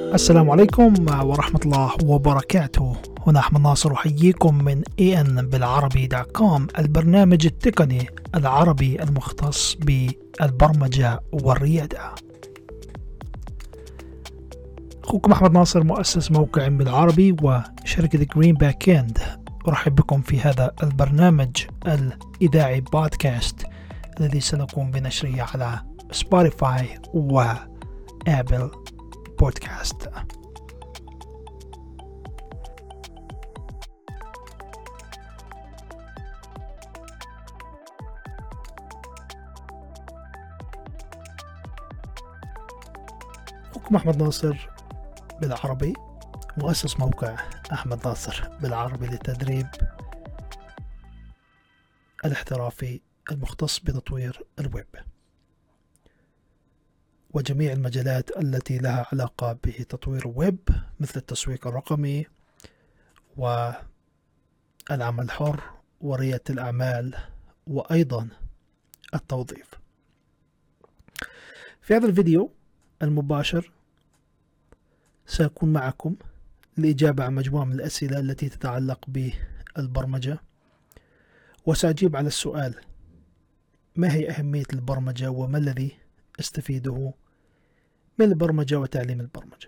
السلام عليكم ورحمة الله وبركاته. هنا أحمد ناصر أحييكم من enbilarabi.com، البرنامج التقني العربي المختص بالبرمجة والريادة. أخوكم أحمد ناصر، مؤسس موقع بالعربي وشركة جرين باك إند. أرحب بكم في هذا البرنامج الإذاعي بودكاست الذي سنقوم بنشره على سبوتيفاي وآبل بودكاست. أخوكم أحمد ناصر بالعربي، مؤسس موقع أحمد ناصر بالعربي للتدريب الاحترافي المختص بتطوير الويب وجميع المجالات التي لها علاقة بتطوير الويب، مثل التسويق الرقمي والعمل الحر وريادة الأعمال وأيضا التوظيف. في هذا الفيديو المباشر سأكون معكم للإجابة عن مجموعة من الأسئلة التي تتعلق بالبرمجة، وسأجيب على السؤال: ما هي أهمية البرمجة وما الذي أستفيده من البرمجة وتعليم البرمجة؟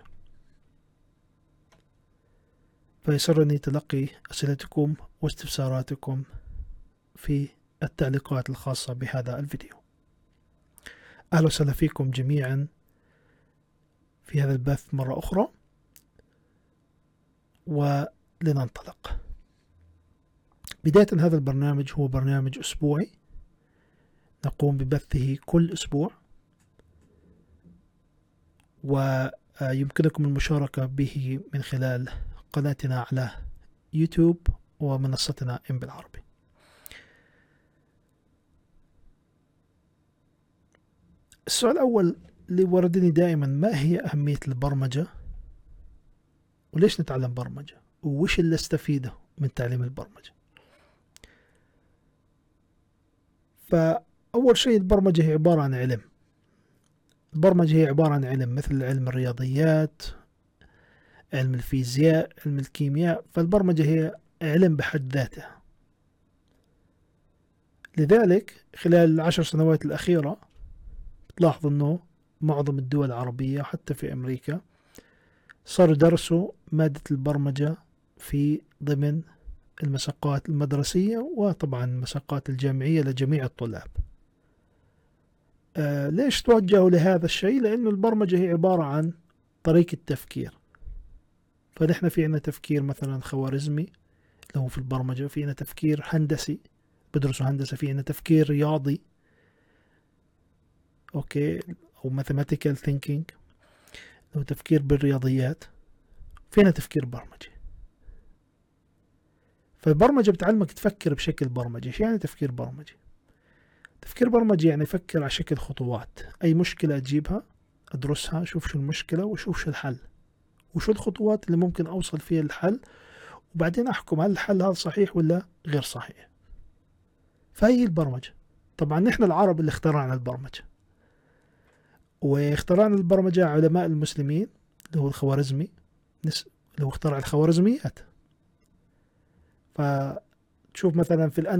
فيسرني تلقي أسئلتكم واستفساراتكم في التعليقات الخاصة بهذا الفيديو. أهلا وسهلا فيكم جميعا في هذا البث مرة أخرى، ولننطلق. بداية، هذا البرنامج هو برنامج أسبوعي نقوم ببثه كل أسبوع، ويمكنكم المشاركة به من خلال قناتنا على يوتيوب ومنصتنا بالعربي. السؤال الأول اللي وردني دائما: ما هي أهمية البرمجة؟ وليش نتعلم برمجة؟ وش اللي استفيده من تعليم البرمجة؟ فأول شيء، البرمجة هي عبارة عن علم. البرمجة هي عبارة عن علم مثل علم الرياضيات، علم الفيزياء، علم الكيمياء. فالبرمجة هي علم بحد ذاته. لذلك خلال 10 سنوات الأخيرة تلاحظ أنه معظم الدول العربية وحتى في أمريكا صاروا درسوا مادة البرمجة في ضمن المساقات المدرسية وطبعا المساقات الجامعية لجميع الطلاب. ليش توجهوا لهذا الشيء؟ لأن البرمجة هي عبارة عن طريقة تفكير. فنحن في عنا تفكير مثلا خوارزمي اللي هو في البرمجة، في عنا تفكير هندسي بدرسوا هندسة، في عنا تفكير رياضي أوكي أو mathematical thinking أو تفكير بالرياضيات، فينا تفكير برمجي. فالبرمجة بتعلمك تفكر بشكل برمجي. ايش يعني تفكير برمجي؟ تفكير برمجي يعني فكر على شكل خطوات. أي مشكلة أجيبها أدرسها، أشوف شو المشكلة وأشوف شو الحل وشو الخطوات اللي ممكن أوصل فيها الحل، وبعدين أحكم هل الحل هذا صحيح ولا غير صحيح. فهي البرمجة. طبعا نحن العرب اللي اخترعنا البرمجة، واخترعنا البرمجة علماء المسلمين اللي هو الخوارزمي اللي هو اخترع الخوارزميات. فتشوف مثلا في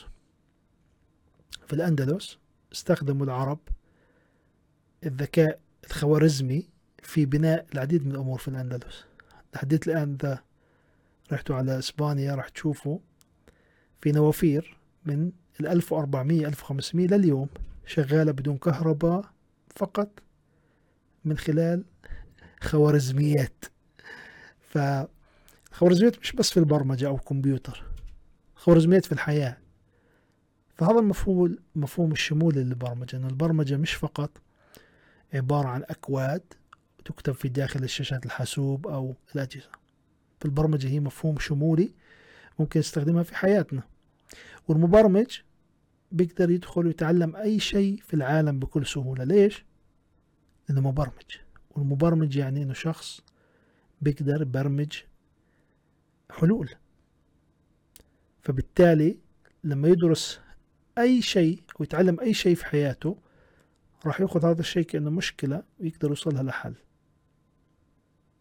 الأندلس استخدموا العرب الذكاء الخوارزمي في بناء العديد من الأمور في الأندلس. لحديت الآن إذا رحتوا على إسبانيا راح تشوفوا في نوافير من 1400 1500 لليوم شغالة بدون كهرباء، فقط من خلال خوارزميات. فالخوارزميات مش بس في البرمجة أو كمبيوتر، خوارزميات في الحياة. فهذا المفهوم الشمولي للبرمجة، أن البرمجة مش فقط عبارة عن أكواد تكتب في داخل الشاشات الحاسوب أو الأجهزة. فالبرمجة هي مفهوم شمولي ممكن نستخدمها في حياتنا، والمبرمج بيقدر يدخل ويتعلم أي شيء في العالم بكل سهولة. ليش؟ لأنه مبرمج. والمبرمج يعني أنه شخص بيقدر يبرمج حلول. فبالتالي لما يدرس أي شيء ويتعلم أي شيء في حياته راح يأخذ هذا الشيء كأنه مشكلة ويقدر يوصلها لحل.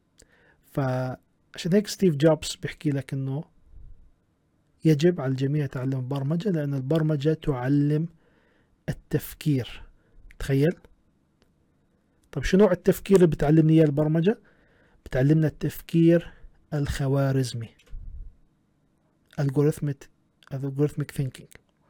فعشان هيك ستيف جوبز بيحكي لك انه يجب على الجميع تعلم البرمجة، لأن البرمجة تعلم التفكير. تخيل. طب شو نوع التفكير اللي بتعلمني اياه البرمجة؟ بتعلمنا التفكير الخوارزمي، algorithmic thinking.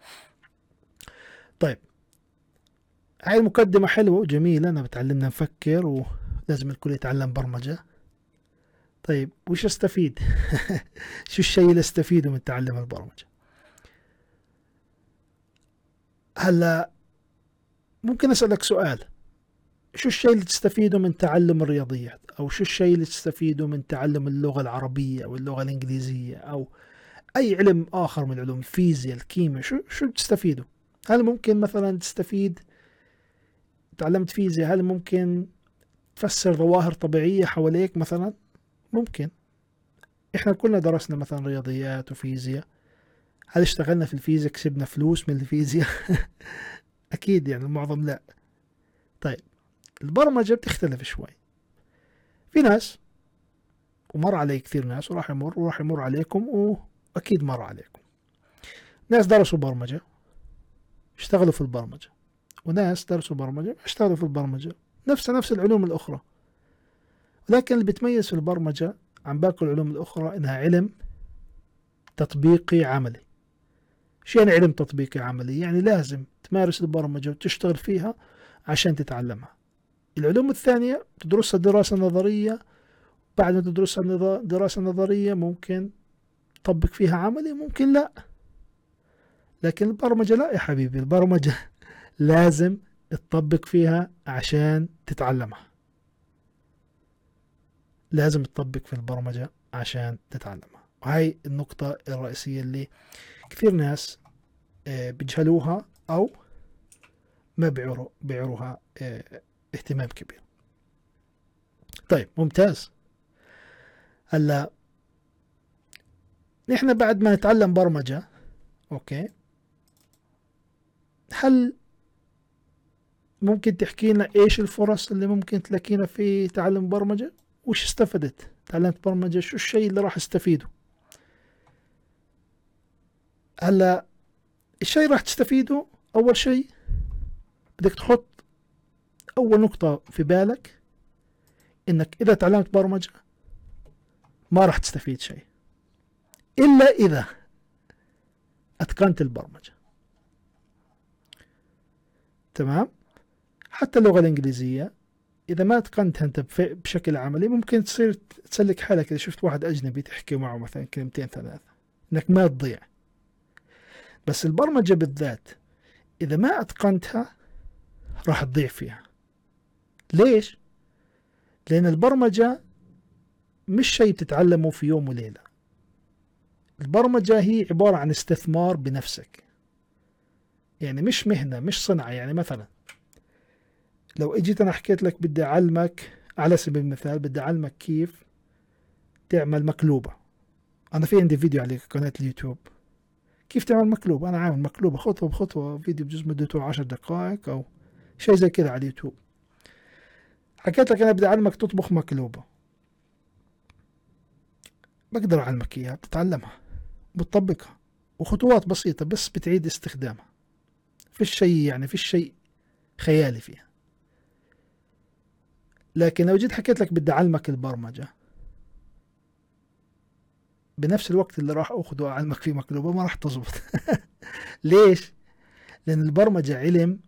طيب هاي المقدمة حلوة جميلة، أنا بتعلمنا نفكر ولازم الكل يتعلم برمجة. طيب وش استفيد؟ شو الشيء اللي استفيده من تعلم البرمجة؟ هلا ممكن أسألك سؤال، شو الشيء اللي تستفيده من تعلم الرياضيات، أو شو الشيء اللي تستفيده من تعلم اللغة العربية أو اللغة الإنجليزية أو أي علم آخر من العلوم، الفيزياء، الكيمياء، شو تستفيده؟ هل ممكن مثلا تستفيد، تعلمت فيزياء، هل ممكن تفسر ظواهر طبيعية حواليك مثلا؟ ممكن. احنا كلنا درسنا مثلا رياضيات وفيزياء، هل اشتغلنا في الفيزياء كسبنا فلوس من الفيزياء؟ اكيد يعني المعظم لا. طيب البرمجة بتختلف شوي. في ناس، ومر علي كثير ناس، وراح يمر عليكم، واكيد مر عليكم، ناس درسوا برمجة اشتغلوا في البرمجة، وناس درسوا برمجة اشتغلوا في البرمجة، نفس العلوم الأخرى. ولكن اللي بتميز في البرمجة عن باقي العلوم الأخرى إنها علم تطبيقي عملي. شو يعني علم تطبيقي عملي؟ يعني لازم تمارس البرمجة وتشتغل فيها عشان تتعلمها. العلوم الثانية تدرسها دراسة نظرية، بعد ما تدرسها دراسة نظرية ممكن تطبق فيها عملي، ممكن لا. لكن البرمجة لا يا حبيبي، البرمجة لازم تطبق فيها عشان تتعلمها. لازم تطبق في البرمجة عشان تتعلمها. وهي النقطة الرئيسية اللي كثير ناس بيجهلوها أو ما بيعروها اهتمام كبير. طيب ممتاز. هلا نحن بعد ما نتعلم برمجة، اوكي، هل ممكن تحكي لنا ايش الفرص اللي ممكن تلاقينا في تعلم برمجة؟ وش استفدت؟ تعلمت برمجة، شو الشيء اللي راح استفيده؟ هلا الشيء راح تستفيده، اول شيء بدك تحط اول نقطة في بالك، انك اذا تعلمت برمجة ما راح تستفيد شيء الا اذا اتقنت البرمجة. تمام؟ حتى اللغة الانجليزية اذا ما اتقنتها انت بشكل عملي، ممكن تصير تسلك حالك اذا شفت واحد اجنبي تحكي معه مثلا كلمتين ثلاثة، انك ما تضيع. بس البرمجة بالذات اذا ما اتقنتها راح تضيع فيها. ليش؟ لان البرمجة مش شيء تتعلمه في يوم وليلة. البرمجة هي عبارة عن استثمار بنفسك، يعني مش مهنة، مش صنعة. يعني مثلا لو اجيت انا حكيت لك بدي اعلمك، على سبيل المثال بدي اعلمك كيف تعمل مقلوبة، انا في عندي فيديو على قناة اليوتيوب كيف تعمل مقلوبة، انا عامل مقلوبة خطوة بخطوة، فيديو بجوز مدته 10 دقائق او شيء زي كذا على اليوتيوب. حكيت لك انا بدي اعلمك تطبخ مقلوبة، بقدر اعلمك اياها، بتتعلمها بتطبقها، وخطوات بسيطة بس بتعيد استخدامها، فيش شيء يعني فيش شيء خيالي فيها. لكن لو جيت حكيت لك بدي اعلمك البرمجة، بنفس الوقت اللي راح اخذه اعلمك فيه مقلوبة ما راح تزبط. ليش؟ لان البرمجة علم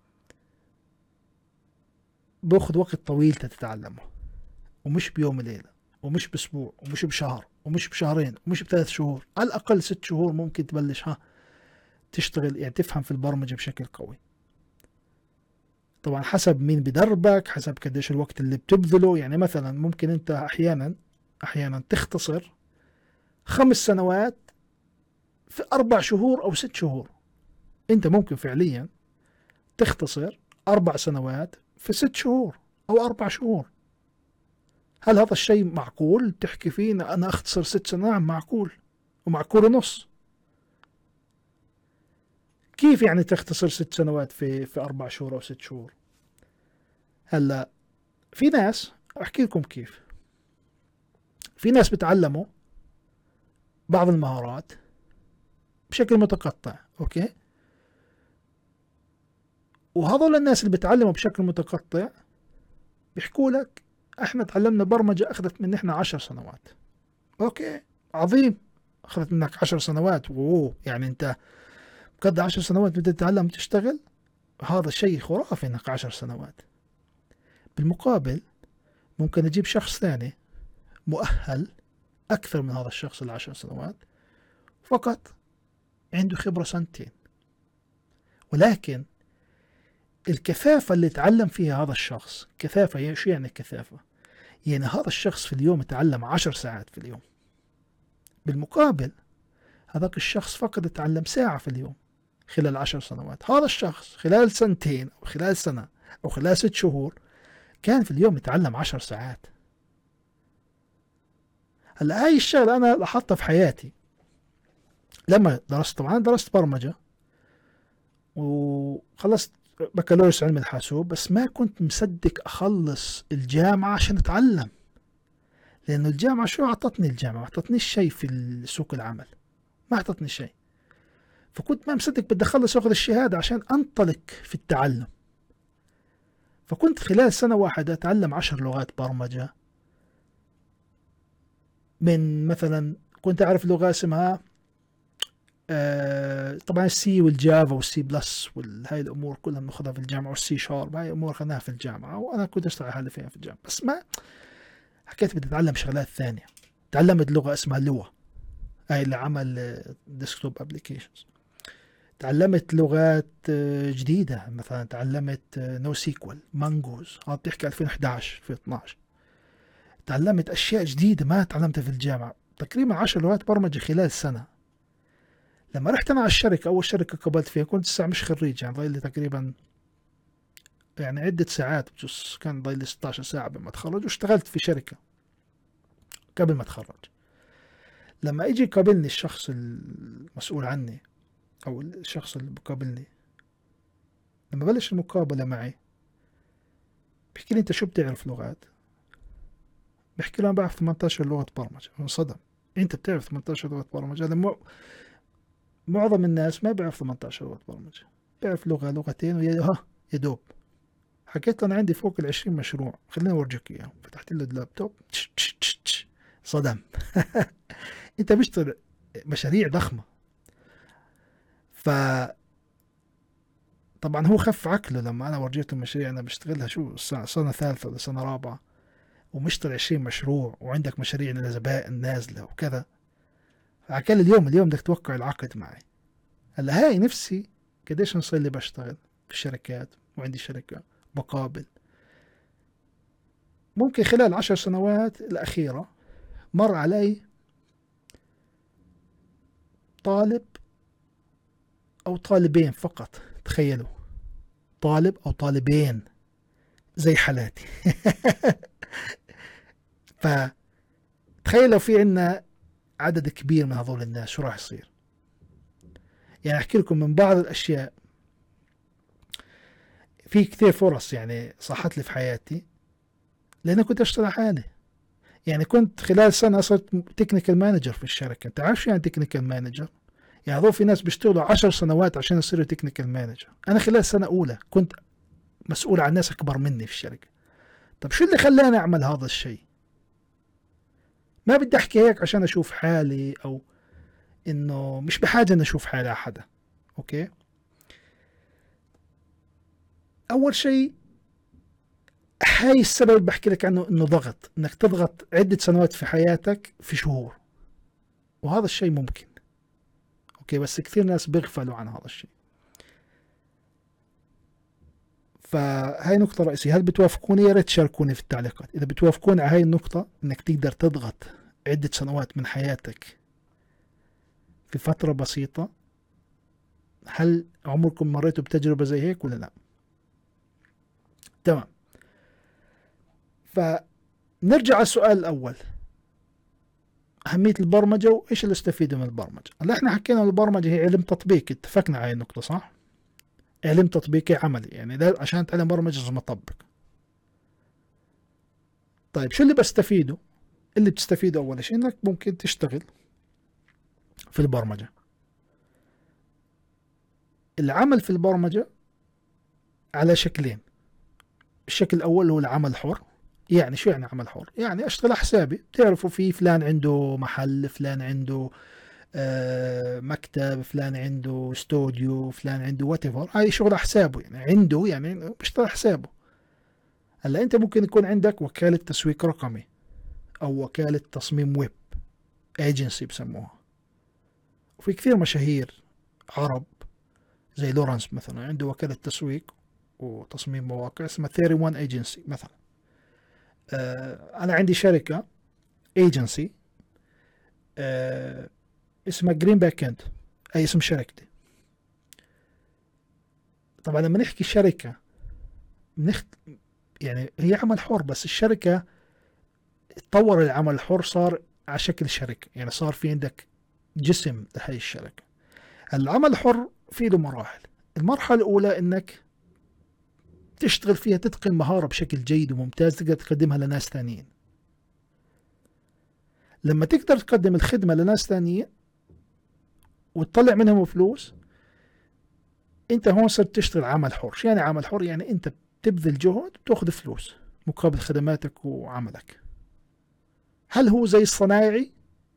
باخذ وقت طويل تتعلمه، ومش بيوم وليلة، ومش باسبوع، ومش بشهر، ومش بشهرين، ومش ب3 شهور، على الاقل 6 شهور ممكن تبلش تشتغل، يعني تفهم في البرمجة بشكل قوي. طبعا حسب مين بدربك، حسب قديش الوقت اللي بتبذله. يعني مثلا ممكن انت احيانا تختصر 5 سنوات في 4 شهور او 6 شهور. انت ممكن فعليا تختصر 4 سنوات في 6 شهور او 4 شهور. هل هذا الشيء معقول تحكي فيه انا اختصر 6 سنوات؟ نعم معقول، ومعقول ونص. كيف يعني تختصر 6 سنوات في 4 شهور او 6 شهور؟ هلا في ناس، احكي لكم كيف. في ناس بتعلموا بعض المهارات بشكل متقطع، اوكي، وهذول الناس اللي بتعلموا بشكل متقطع بيحكوا لك احنا تعلمنا برمجة اخذت من احنا 10 سنوات. اوكي، عظيم، اخذت منك 10 سنوات، اوه يعني انت قد 10 سنوات بدأت تتعلم تشتغل، هذا شيء خرافي انك 10 سنوات. بالمقابل ممكن اجيب شخص ثاني مؤهل اكثر من هذا الشخص ال10 سنوات، فقط عنده خبرة سنتين، ولكن الكثافة اللي تعلم فيها هذا الشخص، كثافة شو يعني كثافة؟ يعني هذا الشخص في اليوم يتعلم 10 ساعات في اليوم، بالمقابل هذاك الشخص فقط يتعلم ساعة في اليوم خلال 10 سنوات. هذا الشخص خلال سنتين أو خلال سنة أو خلال 6 شهور كان في اليوم يتعلم 10 ساعات. هلا هاي الشغلة أنا لاحظتها في حياتي لما درست، طبعا درست برمجة وخلصت بكالوريوس علم الحاسوب، بس ما كنت مصدق أخلص الجامعة عشان أتعلم، لأنه الجامعة شو أعطتني؟ الجامعة ما أعطتنيش شيء في سوق العمل، ما أعطتني شيء، فكنت ما مصدق بدي أخلص وأخذ الشهادة عشان أنطلق في التعلم. فكنت خلال سنة واحدة أتعلم 10 لغات برمجة، من مثلا كنت أعرف لغة اسمها طبعا السي والجافا والسي بلس وهاي الأمور كلها بناخذها في الجامعة، والسي شارب هاي أمور أخذناها في الجامعة، وأنا كنت أشتغل حالي فيها في الجامعة، بس ما حكيت بدي أتعلم شغلات ثانية. تعلمت لغة اسمها لوا، هاي اللي عمل ديسكتوب ابلكيشنز. تعلمت لغات جديدة، مثلا تعلمت نو سيكوال، مانجوز، هذا بتحكي 2011 2012. تعلمت أشياء جديدة ما تعلمتها في الجامعة، تقريبا 10 لغات برمجة خلال سنة. لما رحت أنا على الشركة، أول شركة قبلت فيها، كنت لسه مش خريج، يعني ضايل لي تقريبا يعني عدة ساعات، بجوز كان ضايل لي 16 ساعة قبل ما أتخرج، واشتغلت في شركة قبل ما أتخرج. لما يجي يقابلني الشخص المسؤول عني أو الشخص اللي بقابلني، لما بلش المقابلة معي بحكي لي أنت شو بتعرف لغات؟ بحكي له أنا بعرف 18 لغة برمجة. انصدم، أنت بتعرف 18 لغة برمجة؟ هذا معظم الناس ما بيعرف 18 لغة برمجة، بيعرف لغة لغتين يا دوب. حكيت له أنا عندي فوق 20 مشروع، خليني أورجيك إياهم. فتحت له اللابتوب، صدم. أنت بيشتغل مشاريع ضخمة. ف طبعا هو خف عقله لما أنا ورجيته المشاريع أنا بشتغلها شو سنة ثالثة ولا سنة رابعة، ومشتري 20 مشروع، وعندك مشاريع لزبائن نازلة وكذا. فعكال اليوم بدك توقع العقد معي. هلا هاي نفسي قديش نصير لي بشتغل في الشركات، وعندي شركة بقابل، ممكن خلال 10 سنوات الأخيرة مر علي طالب أو طالبين فقط، تخيلوا، طالب أو طالبين زي حالاتي. فتخيل لو في عنا عدد كبير من هذول الناس شو راح يصير. يعني أحكي لكم من بعض الأشياء، في كثير فرص يعني صحت لي في حياتي لأن كنت أشتغل حالي. يعني كنت خلال سنة صرت تكنيكال مانجر في الشركة. أنت عارف شو يعني تكنيكال مانجر؟ يعني هذول في ناس بيشتغلوا 10 سنوات عشان يصيروا تكنيكال مانجر. أنا خلال سنة أولى كنت مسؤول عن ناس أكبر مني في الشركة. طب شو اللي خلاني أعمل هذا الشيء؟ ما بدي أحكي هيك عشان أشوف حالي، أو إنه مش بحاجة أن أشوف حالي على حدا. أوكي، أول شيء هاي السبب بحكي لك عنه، إنه ضغط، إنك تضغط عدة سنوات في حياتك في شهور، وهذا الشيء ممكن. أوكي، بس كثير ناس بيغفلوا عن هذا الشيء. فهاي نقطة رئيسية. هل بتوافقوني؟ يا ريت تشاركوني في التعليقات إذا بتوافقوني على هاي النقطة، إنك تقدر تضغط عدة سنوات من حياتك في فترة بسيطة. هل عمركم مريتوا بتجربة زي هيك ولا لا؟ تمام. فنرجع على السؤال الأول، أهمية البرمجة وإيش اللي استفيده من البرمجة. هلا إحنا حكينا البرمجة هي علم تطبيقي، اتفقنا على النقطة صح؟ علم تطبيقي عملي، يعني ده عشان أتعلم برمجة لازم أطبق. طيب شو اللي بستفيده؟ اللي بتستفيده أول شيء إنك ممكن تشتغل في البرمجة. العمل في البرمجة على شكلين. الشكل الأول هو العمل الحر. يعني شو يعني عمل حر؟ يعني أشتغل على حسابي. بتعرفوا في فلان عنده محل، فلان عنده مكتب، فلان عنده استوديو، فلان عنده وات ايفر. هاي شغل على حسابه، يعني عنده، يعني بيشتغل على حسابه. هلا انت ممكن يكون عندك وكالة تسويق رقمي او وكالة تصميم ويب، ايجنسي بسموها. وفي كثير مشاهير عرب زي لورنس مثلا عنده وكالة تسويق وتصميم مواقع اسمها 31 ايجنسي مثلا. انا عندي شركة ايجنسي اسمها جرين باك اند، اي اسم شركتي. طبعا لما نحكي شركة يعني هي عمل حر، بس الشركة تطور العمل الحر صار على شكل شركة، يعني صار في عندك جسم لهي الشركة. العمل الحر فيه له مراحل. المرحلة الأولى إنك تشتغل فيها، تتقن مهارة بشكل جيد وممتاز تقدر تقدمها لناس ثانيين. لما تقدر تقدم الخدمة لناس ثانيين وتطلع منهم فلوس، انت هون صرت تشتغل عمل حر. شو يعني عمل حر؟ يعني انت بتبذل جهد وتاخذ فلوس مقابل خدماتك وعملك. هل هو زي الصنايعي؟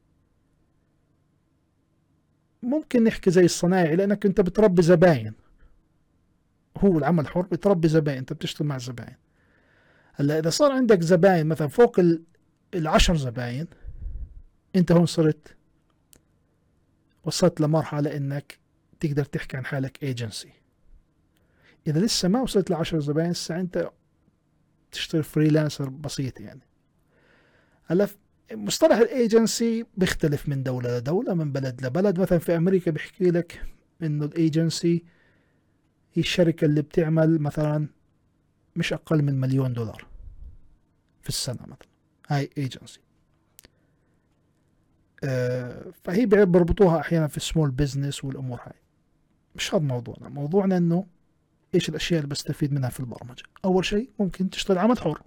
ممكن نحكي زي الصنايعي لانك انت بتربي زباين. هو العمل الحر بتربي زباين، انت بتشتغل مع زباين. هلا اذا صار عندك زباين مثلا فوق 10 زباين، انت هون صرت وصلت لمرحلة انك تقدر تحكي عن حالك ايجنسي. اذا لسه ما وصلت ل10 زباين، لسه انت تشتغل فريلانسر بسيط يعني. هلا مصطلح الايجنسي بيختلف من دولة لدولة، من بلد لبلد. مثلا في امريكا بيحكي لك انه الايجنسي هي الشركة اللي بتعمل مثلا مش اقل من $1,000,000 في السنة مثلا، هاي ايجنسي. فهي بيربطوها احيانا في السمول بزنس والامور هاي. مش هذا موضوعنا. موضوعنا انه ايش الاشياء اللي بستفيد منها في البرمجة. اول شيء ممكن تشتغل عمل حر،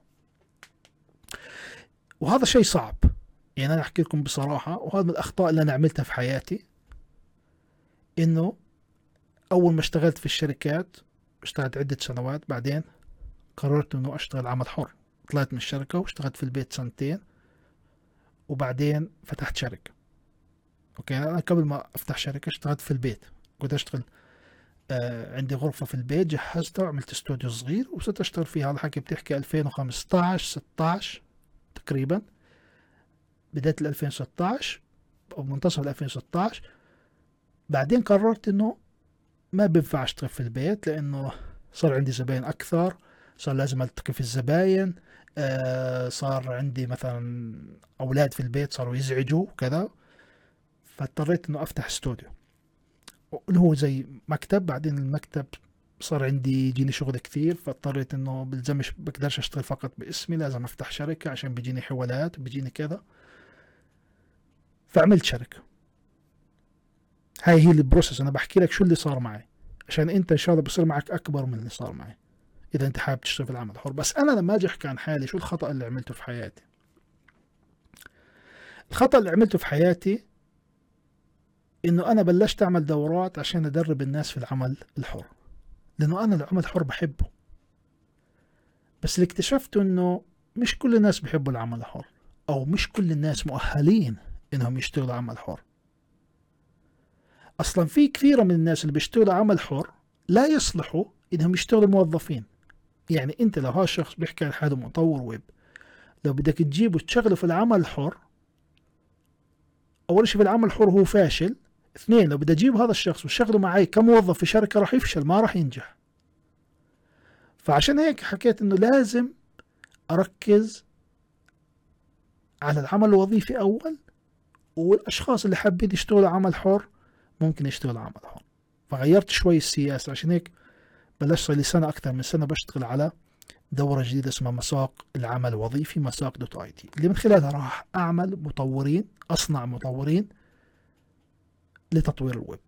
وهذا شيء صعب. يعني انا احكي لكم بصراحة، وهذا من الاخطاء اللي انا عملتها في حياتي. انه اول ما اشتغلت في الشركات، اشتغلت عدة سنوات، بعدين قررت انه اشتغل عمل حر. طلعت من الشركة واشتغلت في البيت سنتين، وبعدين فتحت شركة. اوكي، انا قبل ما افتح شركة اشتغلت في البيت. كنت اشتغل عندي غرفة في البيت جهزتها وعملت استوديو صغير وصرت اشتغل فيها. هذا الحكي بتحكي 2015 16 تقريبا، بداية 2016 او منتصف 2016. بعدين قررت انه ما بينفع اشتغل في البيت، لانه صار عندي زباين اكثر، صار لازم التقي في الزباين، صار عندي مثلا اولاد في البيت صاروا يزعجوا وكذا. فاضطريت انه افتح استوديو اللي هو زي مكتب. بعدين المكتب صار عندي يجيني شغل كثير، فاضطريت انه بلزمش بقدرش اشتغل فقط باسمي، لازم افتح شركة عشان بيجيني حوالات وبيجيني كذا. فعملت شركة. هاي هي البروسس. انا بحكي لك شو اللي صار معي عشان انت ان شاء الله بصير معك اكبر من اللي صار معي اذا انت حابب تشتغل في العمل الحر. بس انا لما اجي احكي عن حالي شو الخطأ اللي عملته في حياتي. الخطأ اللي عملته في حياتي انه انا بلشت اعمل دورات عشان ادرب الناس في العمل الحر، لانه انا العمل الحر بحبه. بس اللي اكتشفته انه مش كل الناس بيحبوا العمل الحر، او مش كل الناس مؤهلين انهم يشتغلوا عمل حر. اصلا في كثير من الناس اللي بيشتغلوا عمل حر لا يصلحوا انهم يشتغلوا موظفين. يعني انت لو هذا الشخص بيحكي عن حاله مطور ويب، لو بدك تجيبه تشغله في العمل الحر، اول شيء في العمل الحر هو فاشل. اثنين، لو بدي اجيب هذا الشخص وشغله معي كموظف في شركة راح يفشل، ما راح ينجح. فعشان هيك حكيت انه لازم اركز على العمل الوظيفي اول، والاشخاص اللي حابين يشتغلوا عمل حر ممكن يشتغلوا عمل حر. فغيرت شوي السياسة. عشان هيك بلشت صار لي سنة اكثر من سنة بشتغل على دورة جديدة اسمها مساق العمل الوظيفي، مساق دوت اي تي، اللي من خلالها راح اعمل مطورين، اصنع مطورين لتطوير الويب.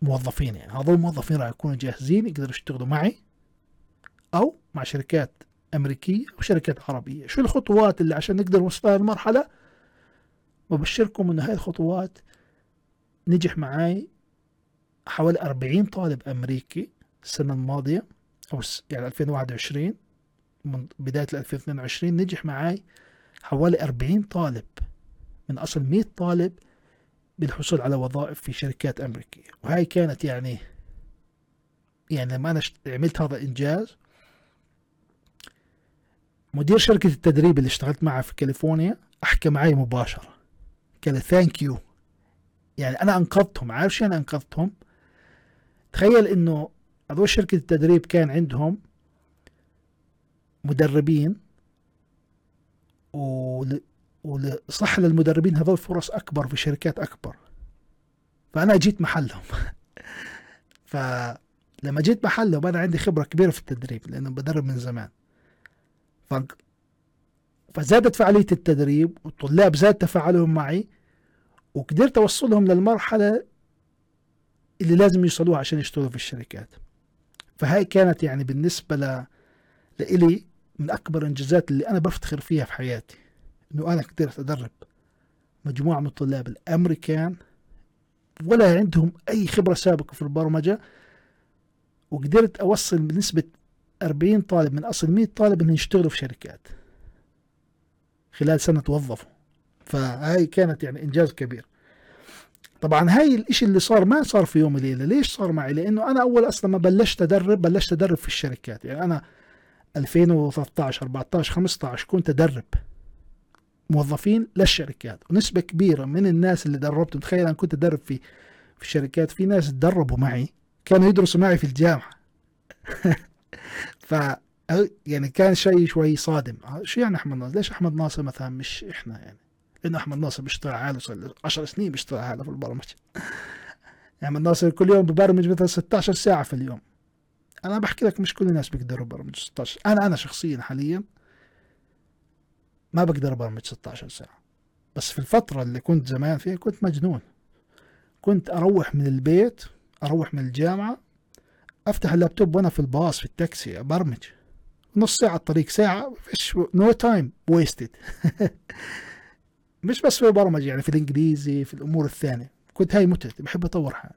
يعني هذول الموظفين راح يكونوا جاهزين يقدروا يشتغلوا معي او مع شركات أمريكية وشركات عربية. شو الخطوات اللي عشان نقدر نوصل لها المرحلة؟ وبشركم إنه هاي الخطوات نجح معاي حوالي 40 طالب أمريكي السنة الماضية، أو يعني 2021 من بداية 2022 نجح معاي حوالي 40 طالب من أصل 100 طالب بالحصول على وظائف في شركات أمريكية. وهاي كانت يعني لما أنا عملت هذا الإنجاز، مدير شركة التدريب اللي اشتغلت معها في كاليفورنيا أحكى معي مباشرة، قال ثانك يو. يعني أنا أنقذتهم. عارف شو أنا أنقذتهم؟ تخيل إنه هذول شركة التدريب كان عندهم مدربين، وصح للمدربين هذول فرص أكبر في شركات أكبر، فأنا جيت محلهم. فلما جيت محلهم أنا عندي خبرة كبيرة في التدريب لأنه بدرب من زمان، فزادت فعالية التدريب والطلاب زاد تفاعلهم معي، وقدرت أوصلهم للمرحلة اللي لازم يوصلوها عشان يشتغلوا في الشركات. فهاي كانت يعني بالنسبة لإلي من أكبر الإنجازات اللي أنا بفتخر فيها في حياتي، إنه أنا قدرت أدرب مجموعة من الطلاب الأمريكان ولا عندهم أي خبرة سابقة في البرمجة، وقدرت أوصل بنسبة 40 طالب من أصل 100 طالب إنهم يشتغلوا في شركات خلال سنة توظفوا. فهاي كانت يعني إنجاز كبير. طبعا هاي الاشي اللي صار ما صار في يوم وليلة. ليش صار معي؟ لأنه أنا أول أصلا ما بلشت أدرب في الشركات. يعني أنا 2013 14 15 كنت أدرب موظفين للشركات، ونسبة كبيرة من الناس اللي دربتهم، تخيل أنا كنت أدرب في الشركات، في ناس تدربوا معي كانوا يدرسوا معي في الجامعة. ف يعني كان شيء شوي صادم. شو يعني أحمد ناصر؟ ليش أحمد ناصر مثلا مش إحنا؟ يعني لأنه أحمد ناصر بيشتغل حاله، صار 10 سنين بيشتغل حاله في البرمجة. أحمد ناصر كل يوم ببرمج مثلا 16 ساعة في اليوم. أنا بحكي لك مش كل الناس بيقدروا يبرمجوا 16. أنا شخصيا حاليا ما بقدر أبرمج 16 ساعة، بس في الفترة اللي كنت زمان فيها كنت مجنون. كنت أروح من البيت، أروح من الجامعة، أفتح اللابتوب وأنا في الباص في التاكسي أبرمج نص ساعة الطريق، ساعة، فيش نو تايم ويستد. مش بس في البرمجة، يعني في الإنجليزي، في الأمور الثانية كنت هاي متعتي، بحب أطور حالي.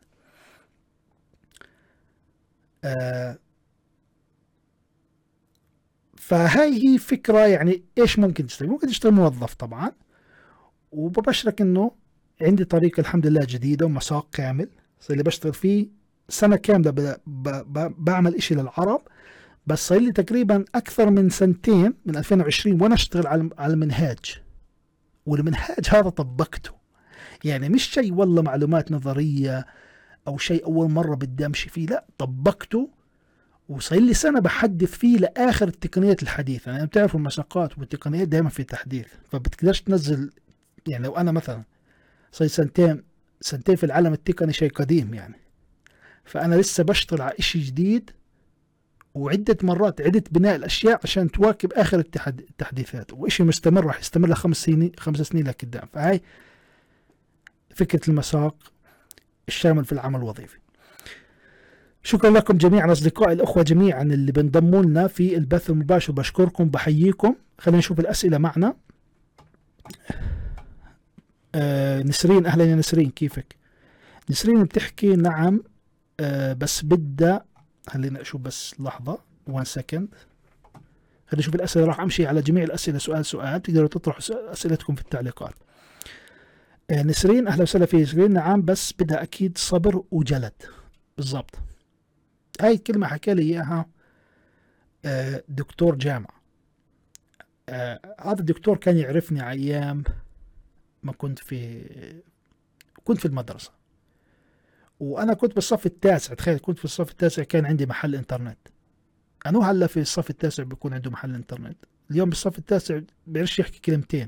فهاي هي فكرة. يعني إيش ممكن تشتغل؟ ممكن تشتغل موظف طبعا، وببشرك إنه عندي طريقة الحمد لله جديدة ومساق كامل صار اللي بشتغل فيه سنة كاملة بعمل إشي للعرب. بس صار لي تقريبا أكثر من سنتين من 2020 وأنا أشتغل على المنهاج، والمنهاج هذا طبقته. يعني مش شيء والله معلومات نظرية أو شيء أول مرة بدي أمشي فيه، لا، طبقته وصار لي سنة بحدث فيه لآخر التقنيات الحديثة. يعني بتعرفوا المساقات والتقنيات دائما في تحديث، فبتقدرش تنزل. يعني لو أنا مثلا صار سنتين في العالم التقني شيء قديم يعني، فأنا لسه بشتغل على إشي جديد، وعدة مرات عدت بناء الأشياء عشان تواكب آخر التحديثات، وإشي مستمر راح يستمر ل5 سنين لقدام. فهاي فكرة المساق الشامل في العمل الوظيفي. شكرا لكم جميعا أصدقائي الأخوة جميعا اللي بنضموا لنا في البث المباشر، بشكركم بحييكم. خلينا نشوف الأسئلة معنا. نسرين، أهلا يا نسرين، كيفك؟ نسرين بتحكي نعم، بس بدها، خلينا أشوف بس لحظة 1 سكند. خلينا نشوف الأسئلة، راح أمشي على جميع الأسئلة سؤال، تقدروا تطرحوا أسئلتكم في التعليقات. نسرين أهلا وسهلا في نسرين. نعم بس بدها أكيد صبر وجلد. بالضبط، هاي الكلمة حكى لي إياها دكتور جامعة. هذا الدكتور كان يعرفني أيام ما كنت في المدرسة، وأنا كنت بالصف التاسع. تخيل كنت في الصف التاسع كان عندي محل إنترنت. أنا هلا في الصف التاسع بيكون عنده محل إنترنت، اليوم بالصف التاسع بيعرفش يحكي كلمتين.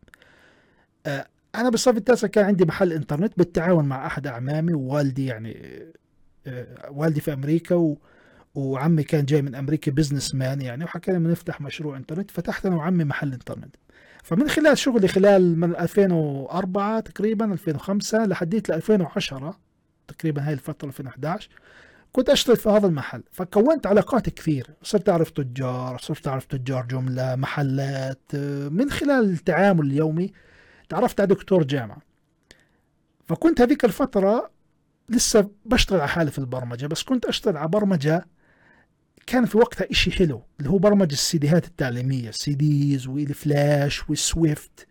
أنا بالصف التاسع كان عندي محل إنترنت بالتعاون مع أحد أعمامي ووالدي. يعني والدي في أمريكا وعمي كان جاي من أمريكا بزنس مان يعني، وحكينا بنفتح مشروع إنترنت. فتحت أنا وعمي محل إنترنت. فمن خلال شغلي خلال من 2004 تقريبا 2005 لحديت ل 2010 تقريبا، هاي الفترة 2011 كنت اشتغل في هذا المحل، فكونت علاقات كثير، صرت اعرف تجار، صرت اعرف تجار جملة، محلات، من خلال التعامل اليومي تعرفت على دكتور جامعة. فكنت هذيك الفترة لسه بشتغل على حالي في البرمجة، بس كنت اشتغل على برمجة كان في وقتها اشي حلو، اللي هو برمجة السيديهات التعليمية، السيديز والفلاش والسويفت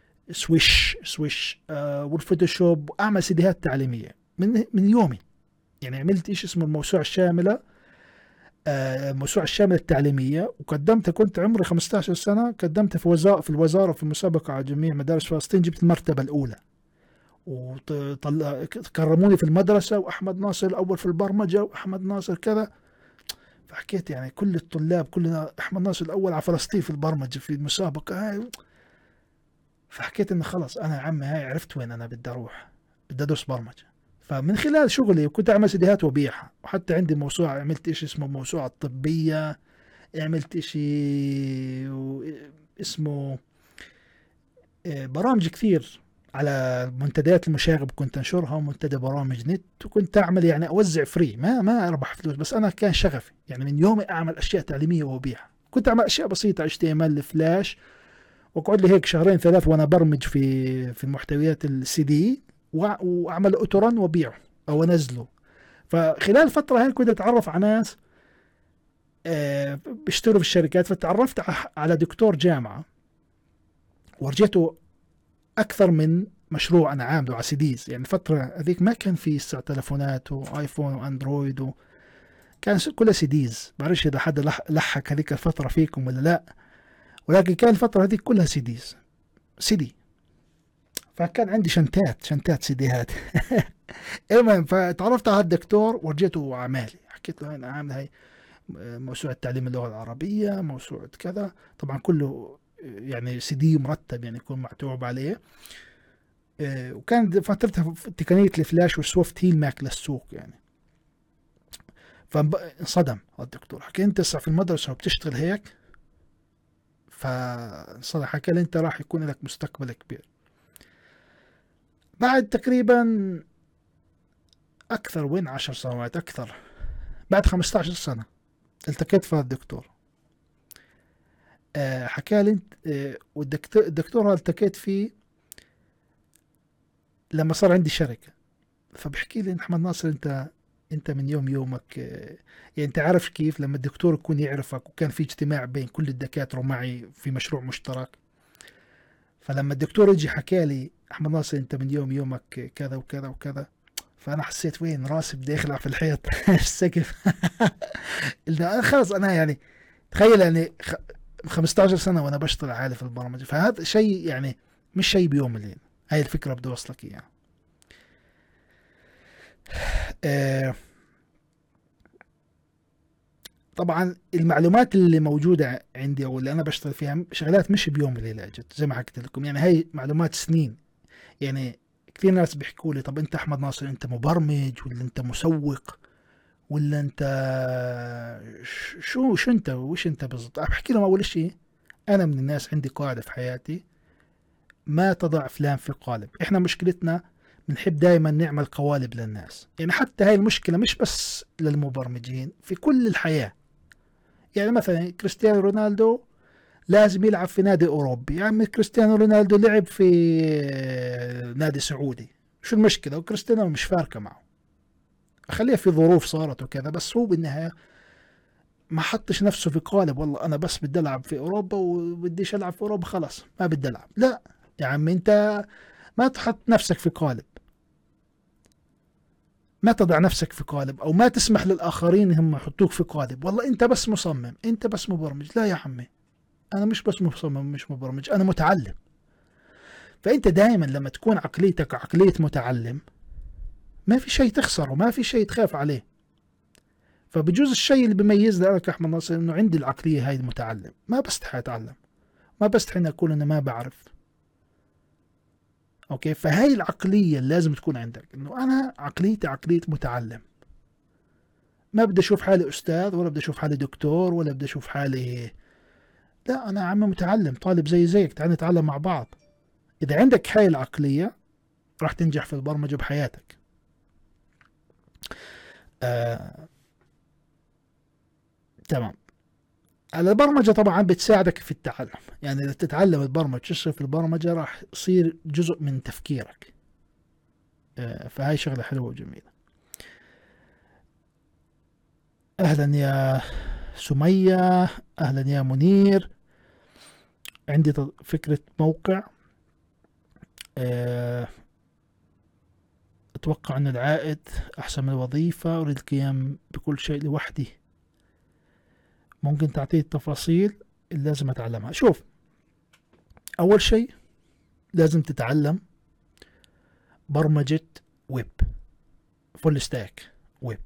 سويش والفوتوشوب، واعمل سيديهات تعليمية من يومي. يعني عملت ايش اسمه الموسوعة الشاملة، الموسوعة الشاملة التعليمية، وقدمتها كنت عمري 15 سنة، قدمتها في الوزارة في مسابقة على جميع مدارس فلسطين، جبت المرتبة الأولى، وكرموني في المدرسة، وأحمد ناصر الأول في البرمجة، وأحمد ناصر كذا. فحكيت يعني كل الطلاب كلنا أحمد ناصر الأول على فلسطين في البرمجة في المسابقة هاي. فحكيت إنه خلاص أنا يا عمي هاي عرفت وين أنا بدي أروح، بدي أدرس برمجة. فمن خلال شغلي كنت أعمل سيديهات وبيعها، وحتى عندي موسوعة، عملت إشي اسمه موسوعة الطبية، عملت إشي اسمه برامج كثير على منتديات المشاغب كنت انشرها، ومنتدى برامج نت، وكنت اعمل يعني اوزع فري، ما اربح فلوس، بس انا كان شغفي يعني من يومي اعمل اشياء تعليميه وابيعها. كنت اعمل اشياء بسيطه HTML فلاش، واقعد لي هيك شهرين ثلاث وانا برمج في المحتويات السي دي، واعمل اوتورن وابيعه او انزله. فخلال فتره هاي كنت اتعرف على ناس بيشتغلوا في الشركات، فتعرفت على دكتور جامعه، ورجيته اكثر من مشروع انا عامله على سيديز. يعني الفتره هذيك ما كان في تلفونات وايفون واندرويد، كان كلها سيديز. بعرفش اذا حدا لحق هذيك الفتره فيكم ولا لا، ولكن كان الفتره هذيك كلها سيديز، سيدي. فكان عندي شنتات سيديهات. المهم فتعرفت على الدكتور، ورجيته اعمالي، حكيت له انا عامل هاي موسوعه تعليم اللغه العربيه، موسوعه كذا، طبعا كله يعني سي دي مرتب، يعني يكون معتوب عليه. وكان فترتها تقنية الفلاش والسوفت هي الماك للسوق يعني. فانصدم الدكتور، حكى انت في المدرسة وبتشتغل هيك؟ فانصدم، حكى لي انت راح يكون لك مستقبل كبير. بعد تقريبا اكثر وين 10 سنوات اكثر، بعد 15 سنة التقيت في الدكتور. حكى لي انت، والدكتور التقيت فيه لما صار عندي شركة. فبحكي لي احمد ناصر، انت من يومك، يعني انت عارف كيف لما الدكتور يكون يعرفك، وكان في اجتماع بين كل الدكاترة معي في مشروع مشترك. فلما الدكتور يجي حكى لي احمد ناصر انت من يومك كذا وكذا وكذا، فانا حسيت وين راسي بدي اخلع في الحيط. السقف. انا خلص، انا يعني تخيل يعني 15 سنة وانا بشتغل عالي في البرمجة. فهذا شيء يعني مش شيء بيوم وليلة، هاي الفكرة بدي اوصلك اياها. طبعا المعلومات اللي موجودة عندي او اللي انا بشتغل فيها شغلات مش بيوم وليلة اجت، زي ما حكيت لكم، يعني هاي معلومات سنين. يعني كثير ناس بيحكوا لي طب انت احمد ناصر انت مبرمج ولا انت مسوق ولا انت شو انت وش انت بالضبط؟ بحكي لهم اول شيء انا من الناس عندي قاعدة في حياتي، ما تضع فلان في قالب. احنا مشكلتنا بنحب دائما نعمل قوالب للناس، يعني حتى هاي المشكلة مش بس للمبرمجين، في كل الحياة. يعني مثلا كريستيانو رونالدو لازم يلعب في نادي أوروبي، يعني كريستيانو رونالدو لعب في نادي سعودي، شو المشكلة؟ وكريستيانو مش فارقة معه، خليها في ظروف صارت وكذا، بس هو بالنهاية ما حطش نفسه في قالب والله أنا بس بدي ألعب في أوروبا وبديش ألعب في أوروبا خلاص ما بدي ألعب. لا يا عم، أنت ما تحط نفسك في قالب، ما تضع نفسك في قالب، او ما تسمح للاخرين هم يحطوك في قالب. والله انت بس مصمم، انت بس مبرمج. لا يا عمي، انا مش بس مصمم مش مبرمج، انا متعلم. فانت دائما لما تكون عقليتك عقلية متعلم، ما في شيء تخسره، ما في شيء تخاف عليه. فبجوز الشيء اللي بيميزني انا كاحمد ناصر انه عندي العقلية هاي المتعلم، ما بستحي اتعلم، ما بستحي اني اقول انا ما بعرف. اوكي، فهاي العقلية اللي لازم تكون عندك، انه انا عقليتي عقلية متعلم، ما بدي اشوف حالي استاذ، ولا بدي اشوف حالي دكتور، ولا بدي اشوف حالي، لا انا عم متعلم، طالب زيك، تعال نتعلم مع بعض. اذا عندك هاي العقلية راح تنجح في البرمجة بحياتك. آه تمام. البرمجة طبعا بتساعدك في التعلم، يعني إذا تتعلم البرمجة تشتغل في البرمجة راح يصير جزء من تفكيرك. فهاي شغلة حلوة وجميلة. أهلا يا سمية، أهلا يا منير. عندي فكرة موقع، آه، أتوقع أن العائد أحسن من الوظيفة، أريد القيام بكل شيء لوحدي. ممكن تعطيه التفاصيل اللي لازم أتعلمها؟ شوف، أول شيء لازم تتعلم برمجة ويب، فول ستاك ويب،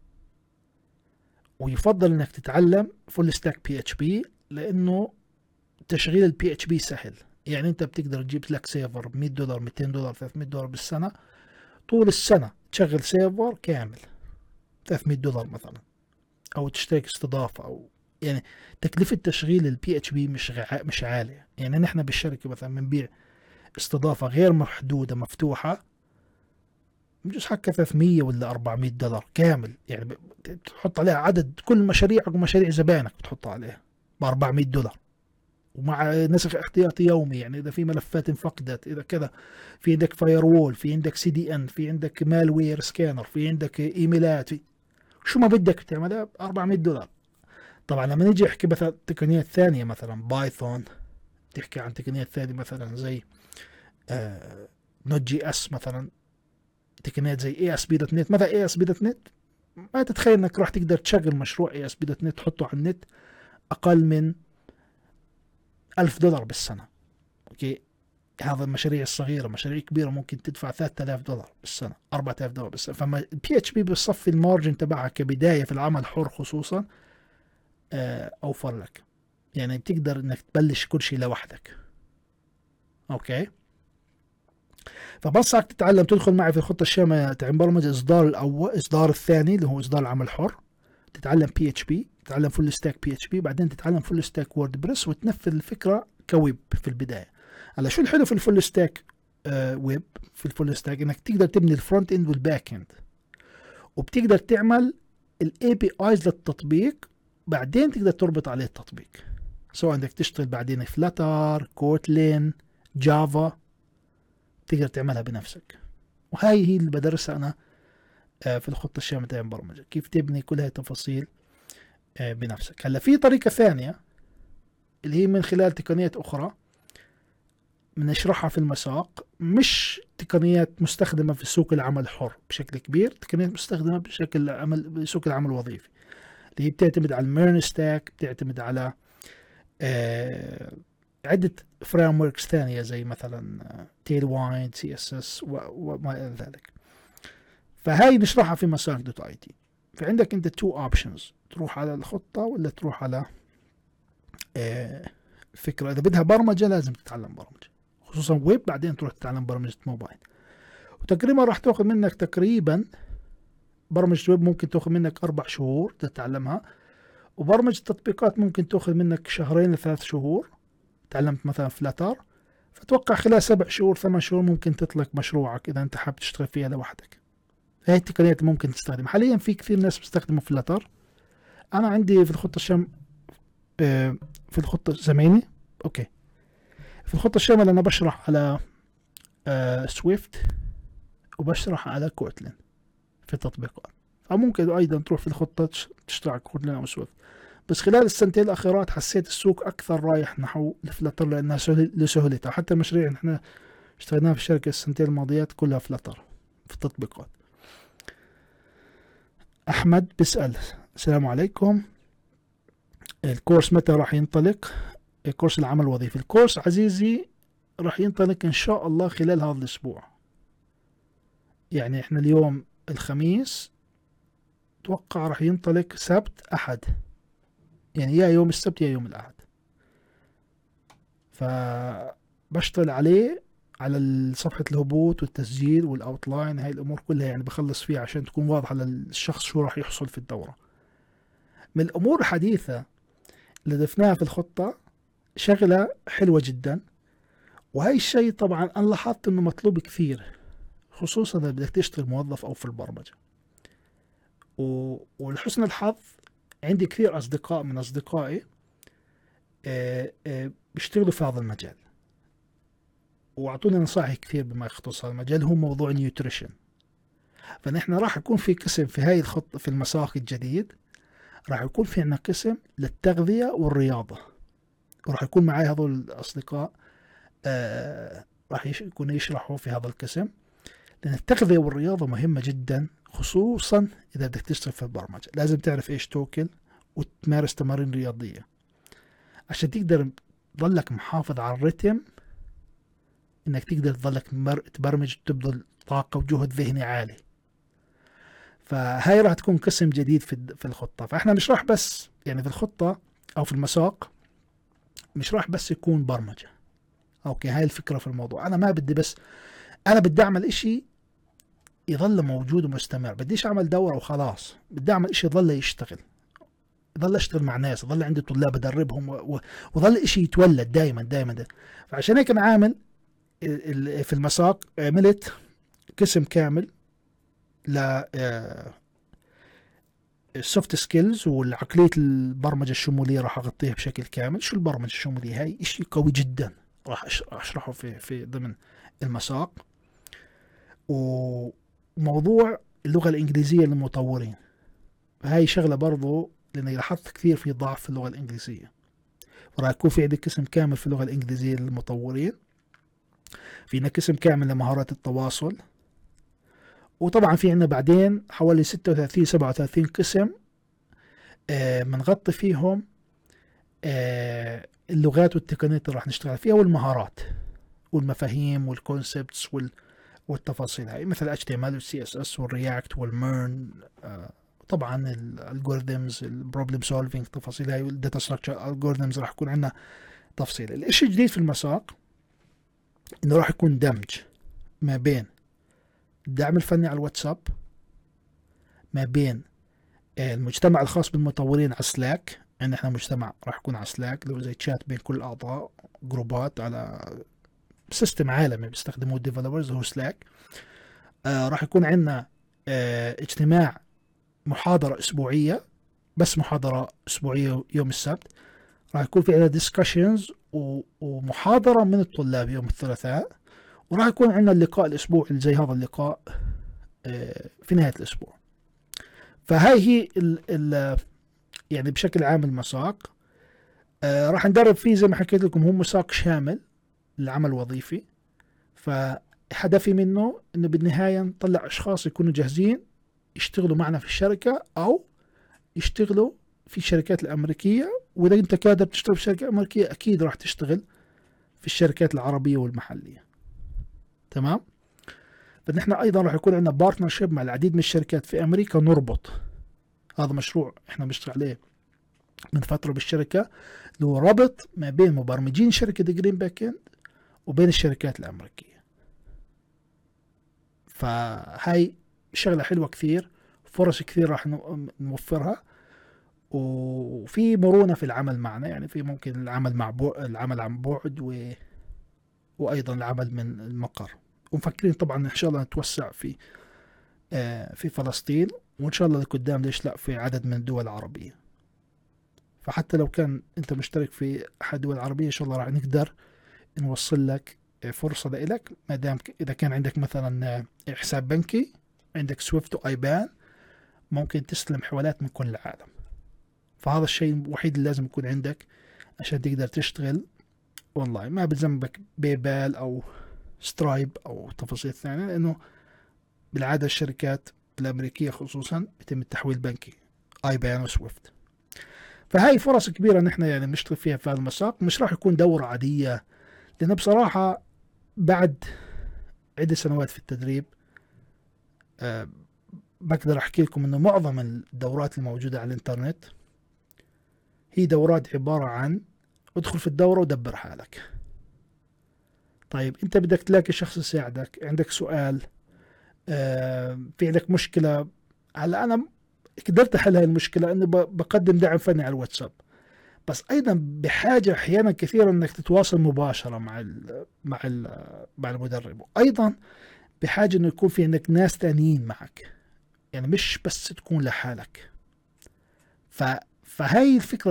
ويفضل انك تتعلم فول ستاك بي اتش بي، لانه تشغيل البي اتش بي سهل. يعني انت بتقدر تجيب لك سيرفر ب $100 $200 $300 بالسنه، طول السنه تشغل سيرفر كامل $300 مثلا، او تشترك استضافه، او يعني تكلفه تشغيل البي اتش بي مش عاليه. يعني نحن بالشركه مثلا بنبيع استضافه غير محدوده مفتوحه بجوز حكى 300 ولا $400 كامل، يعني بتحط عليها عدد كل مشاريعك ومشاريع زبائنك بتحطها عليها ب $400، ومع نسخ احتياطي يومي، يعني اذا في ملفات انفقدت، اذا كذا، في عندك فاير وول، في عندك سي دي ان، في عندك مالوير سكانر، في عندك ايميلات، في شو ما بدك تعملها ب $400. طبعا لما نيجي نحكي مثلا تقنيات ثانيه مثلا بايثون، تحكي عن تقنيات ثانيه مثلا زي نوت جي اس مثلا، تقنيات زي اي اس بي دوت نت. مثلا اي اس بي دوت نت ما تتخيل انك راح تقدر تشغل مشروع اي اس بي دوت نت تحطه على النت اقل من $1000 بالسنه. اوكي، هذا المشاريع الصغيره. مشاريع كبيره ممكن تدفع $3000 بالسنه، $4000 بالسنه. فما البي اتش بي بصفي المارجن تبعها كبدايه في العمل الحر خصوصا اوفر لك، يعني بتقدر انك تبلش كل شيء لوحدك. اوكي، فبنصحك تتعلم، تدخل معي في الخطه الشامله تاع برمجه الاصدار الاول، الاصدار الثاني اللي هو اصدار العمل الحر. تتعلم بي اتش بي، تتعلم فول ستاك بي اتش بي، بعدين تتعلم فول ستاك ووردبريس، وتنفذ الفكره كويب في البدايه. هلا شو الحلو في الفول ستاك ويب؟ في الفول ستاك انك تقدر تبني الفرونت اند والباك اند، وبتقدر تعمل الاي بي ايز للتطبيق، بعدين تقدر تربط عليه التطبيق، سواء انك تشتغل بعدين فلاتر، كوتلين، جافا، تقدر تعملها بنفسك. وهاي هي اللي بدرسها انا في الخطه الشامله تاع البرمجه، كيف تبني كل هاي التفاصيل بنفسك. هلا في طريقه ثانيه اللي هي من خلال تقنيات اخرى بنشرحها في المساق، مش تقنيات مستخدمه في سوق العمل الحر بشكل كبير، تقنيات مستخدمه بشكل عمل بسوق العمل الوظيفي، اللي هي بتعتمد على الميرن ستاك، بتعتمد على عده فريم وركس ثانيه زي مثلا تيل واين، سي اس اس وما الى ذلك. فهاي نشرحها في مساق دوت اي تي. فعندك انت تو اوبشنز، تروح على الخطه ولا تروح على فكره. اذا بدها برمجه لازم تتعلم برمجه، خصوصا ويب، بعدين تروح تتعلم برمجه موبايل. وتقريبا راح تاخذ منك تقريبا برمجه ويب ممكن تاخذ منك 4 شهور تتعلمها، وبرمجه تطبيقات ممكن تاخذ منك 2 ل3 شهور. تعلمت مثلا فلاتر، فتوقع خلال 7 شهور 8 شهور ممكن تطلق مشروعك اذا انت حابب تشتغل فيها لوحدك. هاي التقنيات ممكن تستخدم. حاليا في كثير ناس بيستخدموا فلاتر. انا عندي في الخطه في الخطه زميلي، اوكي، في الخطه الشامله انا بشرح على سويفت، وبشرح على كوتلين في التطبيقات. فممكن ايضا تروح في الخطه تشتغل كوتلين او سويفت. بس خلال السنتين الاخيرات حسيت السوق اكثر رايح نحو الفلتر لانها لسهولتها. حتى المشاريع اللي احنا اشتغلناها في الشركه السنتين الماضيات كلها فلتر في التطبيقات. احمد بيسال السلام عليكم، الكورس متى راح ينطلق؟ كورس العمل الوظيفي. الكورس عزيزي راح ينطلق ان شاء الله خلال هذا الاسبوع. يعني احنا اليوم الخميس، اتوقع راح ينطلق سبت احد، يعني يا يوم السبت يا يوم الاحد. فبشتغل عليه على صفحة الهبوط والتسجيل والاوتلاين، هاي الامور كلها يعني بخلص فيها عشان تكون واضحة للشخص شو راح يحصل في الدورة. من الامور الحديثة اللي ضفناها في الخطة شغلة حلوة جدا، وهي الشيء طبعا انا لاحظت انه مطلوب كثير، خصوصا اذا بدك تشتغل موظف او في البرمجة، ولحسن الحظ عندي كثير أصدقاء من أصدقائي بيشتغلوا في هذا المجال، وأعطوني نصائح كثير بما يختص هذا المجال، هو موضوع النيوتريشن. فنحن راح يكون في قسم في هاي الخطة في المساق الجديد، راح يكون في عنا قسم للتغذية والرياضة، وراح يكون معي هذول الأصدقاء راح يكونوا يشرحوا في هذا القسم، لأن التغذية والرياضة مهمة جدا، خصوصا إذا بدك تشتغل في البرمجة. لازم تعرف إيش تاكل وتمارس تمارين رياضية عشان تقدر تضلك محافظ على الرتم، إنك تقدر تضلك تبرمج وتبذل طاقة وجهد ذهني عالي. فهاي راح تكون قسم جديد في الخطة. فإحنا مش راح بس يعني في الخطة أو في المساق مش راح بس يكون برمجة. أوكي، هاي الفكرة في الموضوع. أنا ما بدي بس، أنا بدي أعمل إشي يظل موجود ومستمر، بديش أعمل دورة وخلاص، بدي أعمل إشي يظل يشتغل، يظل أشتغل مع ناس، يظل عندي طلاب أدربهم وظل إشي يتولد دائما. فعشان هيك أنا عامل في المساق، عملت قسم كامل ل السوفت سكيلز والعقلية البرمجة الشمولية، راح أغطيها بشكل كامل. شو البرمجة الشمولية؟ هاي إشي قوي جدا، راح أشرحه في ضمن المساق. وموضوع اللغة الإنجليزية للمطورين، هاي شغلة برضو لأني لاحظت كثير في ضعف في اللغة الإنجليزية، وراح يكون في عندي قسم كامل في اللغة الإنجليزية للمطورين، فينا قسم كامل لمهارات التواصل، وطبعا في عندنا بعدين حوالي 36-37 قسم منغطي فيهم اللغات والتقنيات اللي راح نشتغل فيها، والمهارات والمفاهيم والكونسبتس والتفاصيل هاي، مثل HTML والCSS والرياكت والميرن، طبعا الالجوريثمز، البروبلم سولفينج، تفاصيل هاي، والداتا ستراكشر الجوريثمز راح يكون عندنا تفصيل. الاشي الجديد في المساق انه راح يكون دمج ما بين الدعم الفني على الواتساب، ما بين المجتمع الخاص بالمطورين على سلاك، يعني احنا مجتمع راح يكون على سلاك اللي هو زي تشات بين كل الاعضاء، جروبات على سيستم عالمي بيستخدموه الديفلوبرز هو سلاك. راح يكون عندنا اجتماع محاضرة اسبوعية، بس محاضرة اسبوعية يوم السبت. راح يكون في عندنا ديسكشنز ومحاضرة من الطلاب يوم الثلاثاء، وراح يكون عندنا اللقاء الاسبوعي زي هذا اللقاء في نهاية الاسبوع. فهاي هي ال يعني بشكل عام المساق. راح ندرب فيه زي ما حكيت لكم، هو مساق شامل للعمل الوظيفي. فهدفي منه انه بالنهاية نطلع اشخاص يكونوا جاهزين يشتغلوا معنا في الشركة او يشتغلوا في الشركات الامريكية، واذا انت قادر تشتغل في شركة امريكية اكيد راح تشتغل في الشركات العربية والمحلية. تمام. فنحن ايضا راح يكون عندنا بارتنرشيب مع العديد من الشركات في امريكا، نربط هذا مشروع احنا بنشتغل عليه من فترة بالشركة، اللي هو ربط ما بين مبرمجين شركة جرين باك اند وبين الشركات الأمريكية. فهاي شغلة حلوة كثير، فرص كثير راح نوفرها، وفي مرونة في العمل معنا، يعني في ممكن العمل مع العمل عن بعد وأيضا العمل من المقر. ومفكرين طبعا إن شاء الله نتوسع في فلسطين، وإن شاء الله لقدام ليش لا في عدد من الدول العربية. فحتى لو كان أنت مشترك في أحد الدول العربية إن شاء الله راح نقدر نوصل لك فرصة لك، ما دام إذا كان عندك مثلا حساب بنكي، عندك سويفت وآيبان، ممكن تستلم حوالات من كل العالم. فهذا الشيء الوحيد اللي لازم يكون عندك عشان تقدر تشتغل والله، ما بتذنبك بايبال أو سترايب أو تفاصيل ثانية، لأنه بالعادة الشركات الأمريكية خصوصا يتم التحويل بنكي، آيبان وسويفت. فهاي فرص كبيرة نحن يعني نشتغل فيها في هذا المساق. مش راح يكون دورة عادية، لأن بصراحة بعد عدة سنوات في التدريب بقدر أحكي لكم أنه معظم الدورات الموجودة على الإنترنت هي دورات عبارة عن ادخل في الدورة ودبر حالك. طيب أنت بدك تلاقي شخص يساعدك، عندك سؤال، في عندك مشكلة. هلا أنا قدرت أحل هاي المشكلة أنه بقدم دعم فني على الواتساب، بس ايضا بحاجه احيانا كثيره انك تتواصل مباشره مع المدرب، وايضا بحاجه انه يكون في عندك ناس ثانيين معك يعني مش بس تكون لحالك. فهاي الفكرة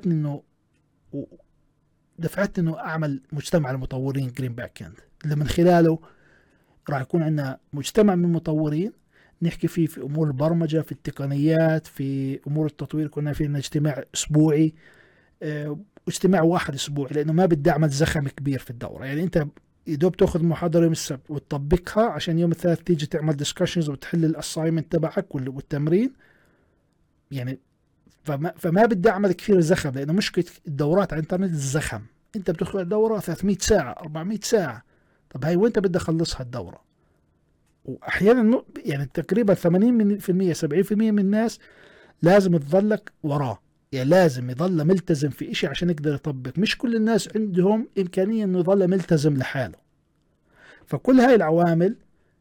دفعتني انه اعمل مجتمع المطورين جرين باك اند، اللي من خلاله راح يكون عندنا مجتمع من المطورين نحكي فيه في امور البرمجة، في التقنيات، في امور التطوير. كنا في عندنا اجتماع اسبوعي، اجتماع واحد اسبوعي، لانه ما بدي اعمل زخم كبير في الدورة. يعني انت يدوب تاخذ محاضرة يوم السبت وتطبقها، عشان يوم الثلاث تيجي تعمل ديسكشنز وتحل الاساينمنت تبعك والتمرين. يعني فما بدي اعمل كثير زخم، لانه مشكله الدورات على الانترنت الزخم. انت بتدخل دوره 300 ساعه 400 ساعه، طب هاي وانت بدي اخلصها الدوره؟ واحيانا يعني تقريبا 80% 70% من الناس لازم تظلك وراه، يعني لازم يظل ملتزم في اشي عشان يقدر يطبق. مش كل الناس عندهم امكانيه انه يظل ملتزم لحاله. فكل هاي العوامل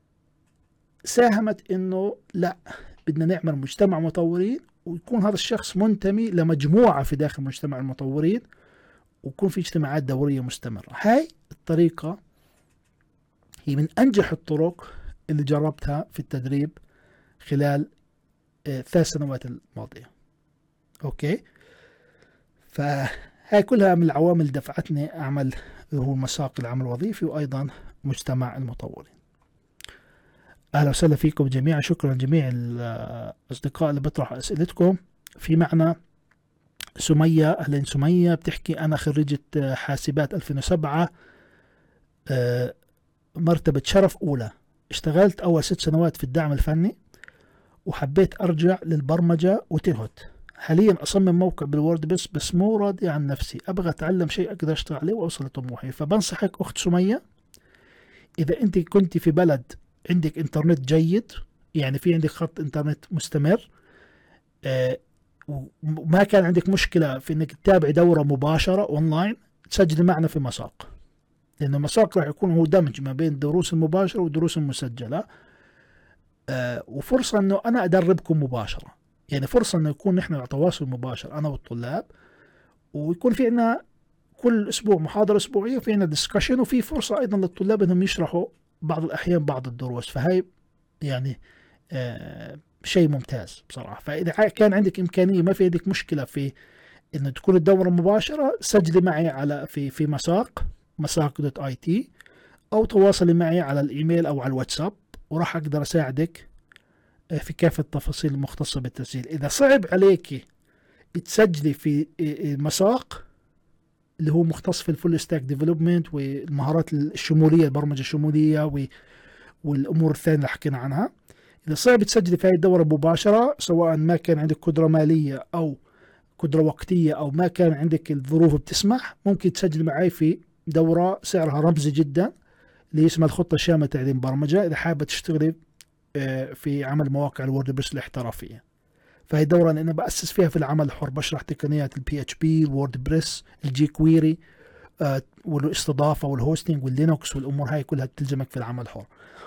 ساهمت انه لا، بدنا نعمل مجتمع مطورين، ويكون هذا الشخص منتمي لمجموعة في داخل مجتمع المطورين، ويكون في اجتماعات دورية مستمرة. هاي الطريقة هي من أنجح الطرق اللي جربتها في التدريب خلال 3 سنوات الماضية. أوكي، فهاي كلها من العوامل اللي دفعتني أعمل هو مساق العمل الوظيفي، وأيضا مجتمع المطورين. أهلا وسهلا فيكم جميعا، شكرا لجميع الأصدقاء اللي بيطرحوا أسئلتكم. في معنا سمية. أهلا سمية، بتحكي أنا خريجة حاسبات 2007، مرتبة شرف أولى، اشتغلت أول 6 سنوات في الدعم الفني، وحبيت أرجع للبرمجة وتهت. حاليا أصمم موقع بالوورد بس مو راضي عن نفسي، أبغى أتعلم شيء أقدر أشتغل عليه وأوصل لطموحي. فبنصحك أخت سمية، إذا أنت كنت في بلد عندك إنترنت جيد، يعني في عندك خط إنترنت مستمر، وما كان عندك مشكلة في انك تتابع دورة مباشرة اونلاين، تسجل معنا في مساق. لانه مساق راح يكون هو دمج ما بين الدروس المباشرة والدروس المسجلة، وفرصة انه انا ادربكم مباشرة. يعني فرصة انه يكون نحن على تواصل مباشر انا والطلاب، ويكون في عنا كل اسبوع محاضرة اسبوعية، وفي عنا ديسكشن، وفي فرصة ايضا للطلاب انهم يشرحوا بعض الاحيان بعض الدروس. فهي يعني شيء ممتاز بصراحة. فإذا كان عندك إمكانية، ما في عندك مشكلة في إنه تكون الدورة مباشرة، سجلي معي على في مساق.it، أو تواصلي معي على الإيميل أو على الواتساب، وراح أقدر أساعدك في كافة التفاصيل المختصة بالتسجيل. إذا صعب عليك تسجلي في مساق اللي هو مختص في الفول ستاك ديفلوبمنت والمهارات الشمولية، البرمجة الشمولية والأمور الثانية اللي حكينا عنها، إذا صعب تسجلي في هذه الدورة مباشرة، سواء ما كان عندك قدرة مالية أو قدرة وقتية، أو ما كان عندك الظروف بتسمح، ممكن تسجل معي في دورة سعرها رمزي جدا اللي اسمها الخطة الشاملة لتعليم برمجة، إذا حابة تشتغلي في عمل مواقع الووردبريس الاحترافية. فهي دورة اللي أنا بأسس فيها في العمل الحر، بشرح تقنيات البي اتش بي، الووردبريس، الجي كويري، والاستضافة والهوستنج واللينوكس، والأمور هاي كلها بتلزمك في العمل الحر.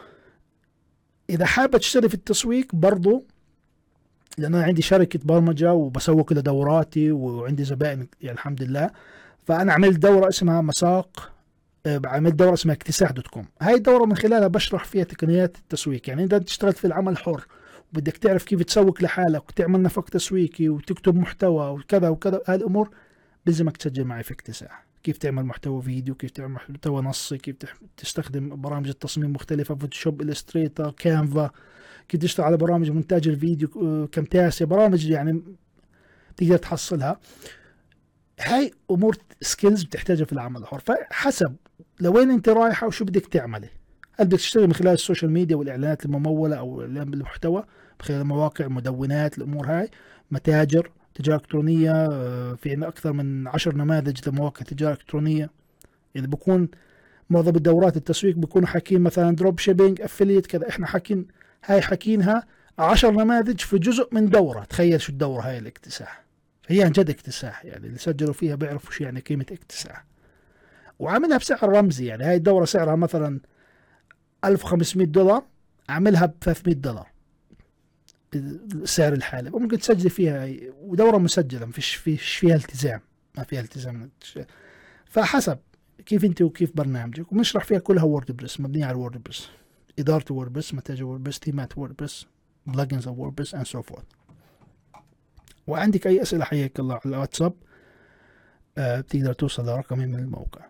إذا حابة تشتغلي في التسويق برضو، لأن أنا عندي شركة برمجة وبسوق لدوراتي وعندي زبائن يعني الحمد لله، فأنا عملت دورة اسمها مساق، عملت دورة اسمها اكتساح.com. هاي الدورة من خلالها بشرح فيها تقنيات التسويق. يعني إذا أنت اشتغلت في العمل الحر وبدك تعرف كيف تسوق لحالك وتعمل نفق تسويقي وتكتب محتوى وكذا وكذا، هاي الأمور بلزمك تسجل معي في اكتساح. كيف تعمل محتوى فيديو، كيف تعمل محتوى نصي، كيف تستخدم برامج التصميم مختلفة، فوتوشوب، إلستريتر، كانفا، كيف تشتغل على برامج مونتاج الفيديو، كامتاسيا، برامج يعني تقدر تحصلها. هاي امور سكيلز بتحتاجها في العمل الحر. فحسب لوين انت رايحه وشو بدك تعملي، هل بدك تشتغل من خلال السوشيال ميديا والاعلانات المموله او اعلان بالمحتوى، من خلال المواقع، المدونات، الامور هاي، متاجر، تجاره الكترونيه. في عندنا اكثر من 10 نماذج لمواقع تجاره الكترونيه. يعني بكون معظم الدورات التسويق بيكونوا حاكين مثلا دروب شيبينج، افليت، كذا. احنا حاكينها 10 نماذج في جزء من دورة. تخيل شو الدورة هاي الاكتساح. هي عن جد اكتساح، يعني اللي سجلوا فيها بيعرفوا شو يعني كلمة اكتساح. وعاملها بسعر رمزي، يعني هاي الدورة سعرها مثلا $1500، عاملها ب$300 السعر الحالي، وممكن تسجلي فيها. ودورة مسجلة، مفيش فيها التزام، ما فيها التزام. فحسب كيف انت وكيف برنامجك. وبنشرح فيها كلها ووردبريس، مبنية على الووردبريس، إدارة ووردبريس، متاجر ووردبريس، تيمات ووردبريس، plugins of WordPress and so forth. وعندك أي أسئلة حياك الله على الواتساب بتقدر توصل لرقمي من الموقع.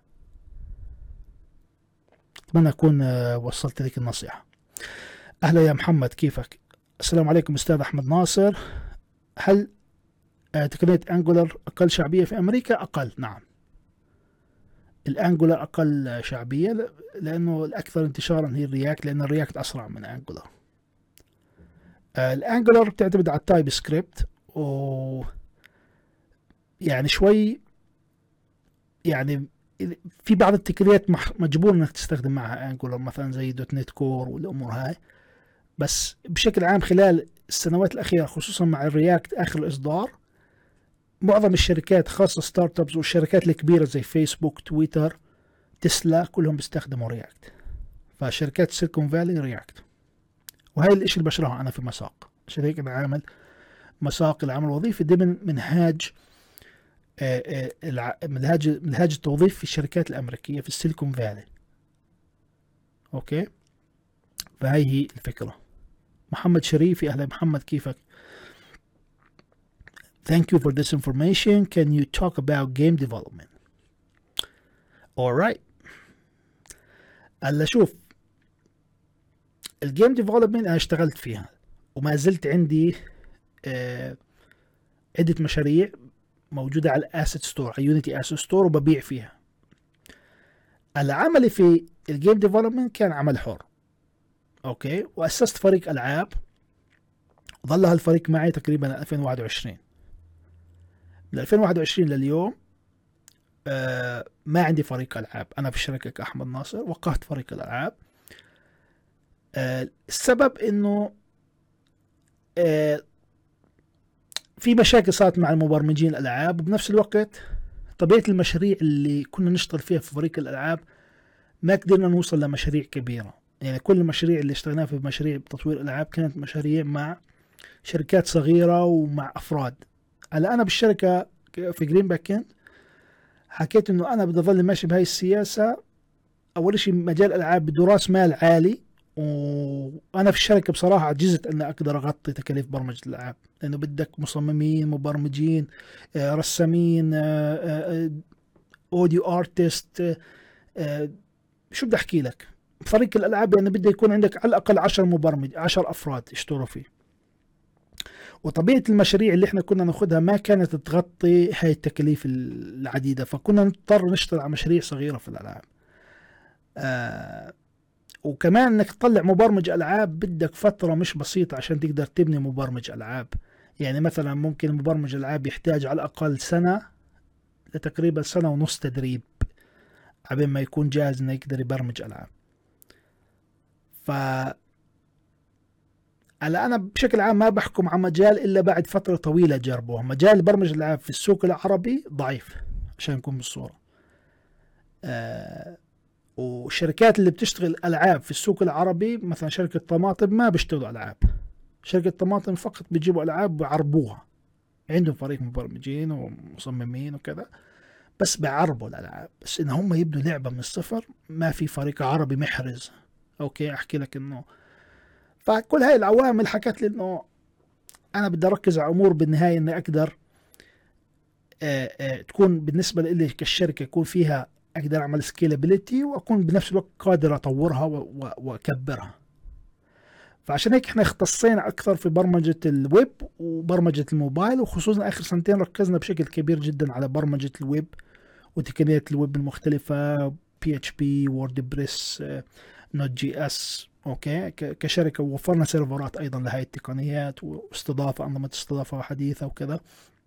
أتمنى أكون وصلت لك النصيحة. أهلا يا محمد، كيفك؟ السلام عليكم أستاذ أحمد ناصر. هل تقنية أنجولار أقل شعبية في أمريكا؟ أقل، نعم. الأنجولار أقل شعبية لأنه الأكثر انتشارا هي الرياكت، لأن الرياكت أسرع من أنجولار. الأنجولار بتعتمد على التايب سكريبت، و يعني شوي يعني في بعض التقنيات مجبور انك تستخدم معها انجولار، مثلا زي دوت نت كور والامور هاي. بس بشكل عام خلال السنوات الاخيره خصوصا مع الرياكت اخر الاصدار، معظم الشركات خاصه ستارت ابس والشركات الكبيره زي فيسبوك، تويتر، تسلا، كلهم بيستخدموا رياكت. فشركات سيليكون فالي رياكت، وهي الاشي اللي بشرحه انا في مساق. عشان هيك انا عامل مساق العمل الوظيفي ضمن منهاج منهاج التوظيف في الشركات الأمريكية في السيليكون فالي. أوكي، فهي هي الفكرة. محمد شريفي، أهلا محمد، كيفك؟ Thank you for this information. Can you talk about game development? Alright. هلا شوف، الجيم ديفلوبمنت أنا اشتغلت فيها وما زلت عندي عدة مشاريع موجودة على الاسيت ستور، على يونيتي اسيت ستور، وببيع فيها. العمل في الجيم ديفلوبمنت كان عمل حر، اوكي، واسست فريق العاب، ظل هالفريق معي تقريبا 2021. من 2021 لليوم ما عندي فريق العاب. انا في الشركة كأحمد ناصر وقفت فريق الالعاب. السبب انه في مشاكل صارت مع المبرمجين الالعاب، وبنفس الوقت طبيعة المشاريع اللي كنا نشتغل فيها في فريق الالعاب ما قدرنا نوصل لمشاريع كبيرة. يعني كل المشاريع اللي اشتغلناها في مشاريع تطوير الالعاب كانت مشاريع مع شركات صغيرة ومع افراد. هلا انا بالشركة في جرين باك اند حكيت انه انا بدي اظل ماشي بهاي السياسة. اول شيء مجال الالعاب بده راس مال عالي، وانا في الشركه بصراحه عجزت ان اقدر اغطي تكاليف برمجه الالعاب، لانه بدك مصممين، مبرمجين، رسامين، اوديو ارتست، شو بدي احكي لك. فريق الالعاب يعني بده يكون عندك على الاقل 10 مبرمج، 10 افراد يشتغلوا فيه. وطبيعه المشاريع اللي احنا كنا ناخذها ما كانت تغطي هاي التكاليف العديده، فكنا نضطر نشتغل على مشاريع صغيره في الالعاب. وكمان انك تطلع مبرمج العاب بدك فترة مش بسيطة عشان تقدر تبني مبرمج العاب. يعني مثلا ممكن مبرمج العاب يحتاج على الاقل سنة لتقريبا سنة ونص تدريب عبين ما يكون جاهز انه يقدر يبرمج العاب. ف انا بشكل عام ما بحكم عن مجال الا بعد فترة طويلة جربوه. مجال برمج الالعاب في السوق العربي ضعيف عشان نكون بالصورة. والشركات اللي بتشتغل ألعاب في السوق العربي مثلا شركة طماطم ما بيشتغلوا ألعاب. شركة طماطم فقط بيجيبوا ألعاب ويعربوها، عندهم فريق مبرمجين ومصممين وكذا، بس بيعربوا الألعاب. بس إن هم يبدوا لعبة من الصفر ما في فريق عربي محرز. أوكي، أحكي لك إنه فكل هاي العوامل حكت لي إنه أنا بدي أركز على أمور بالنهاية إني أقدر تكون بالنسبة لي كالشركة يكون فيها أقدر أعمل سكيلابيليتي، وأكون بنفس الوقت قادر أطورها وأكبرها. فعشان هيك إحنا اختصينا أكثر في برمجة الويب وبرمجة الموبايل، وخصوصا آخر سنتين ركزنا بشكل كبير جدا على برمجة الويب وتقنيات الويب المختلفة، PHP، ووردبريس، نوت جي اس. أوكي، كشركة وفرنا سيرفرات أيضا لهاي التقنيات، واستضافة أنظمة استضافة حديثة وكذا.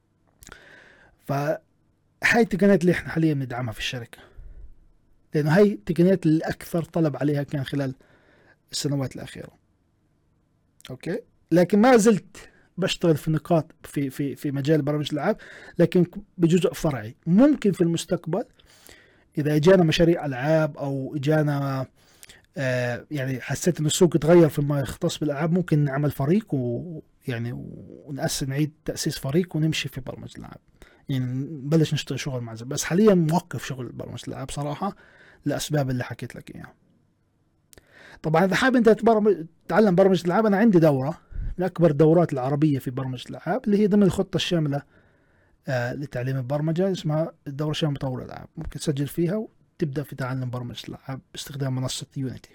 فهاي التقنيات اللي إحنا حاليا ندعمها في الشركة، لأنه هاي التقنيات اللي أكثر طلب عليها كان خلال السنوات الأخيرة. أوكي، لكن ما زلت بشتغل في نقاط في مجال برامج الألعاب، لكن بجزء فرعي. ممكن في المستقبل إذا إجانا مشاريع ألعاب أو إجانا يعني حسيت إن السوق تغير فيما يختص بالألعاب، ممكن نعمل فريق ويعني نعيد تأسيس فريق ونمشي في برمجة الألعاب، يعني نبلش نشتغل شغل مع بس حاليا موقف شغل برمجة الألعاب صراحة لأسباب اللي حكيت لك إياها. طبعا إذا حابب أنت تتعلم برمجة الألعاب، أنا عندي دورة من أكبر الدورات العربية في برمجة الألعاب، اللي هي ضمن الخطة الشاملة لتعليم البرمجة، اسمها الدورة الشاملة مطور الألعاب. ممكن تسجل فيها وتبدأ في تعلم برمجة الألعاب باستخدام منصة يونيتي.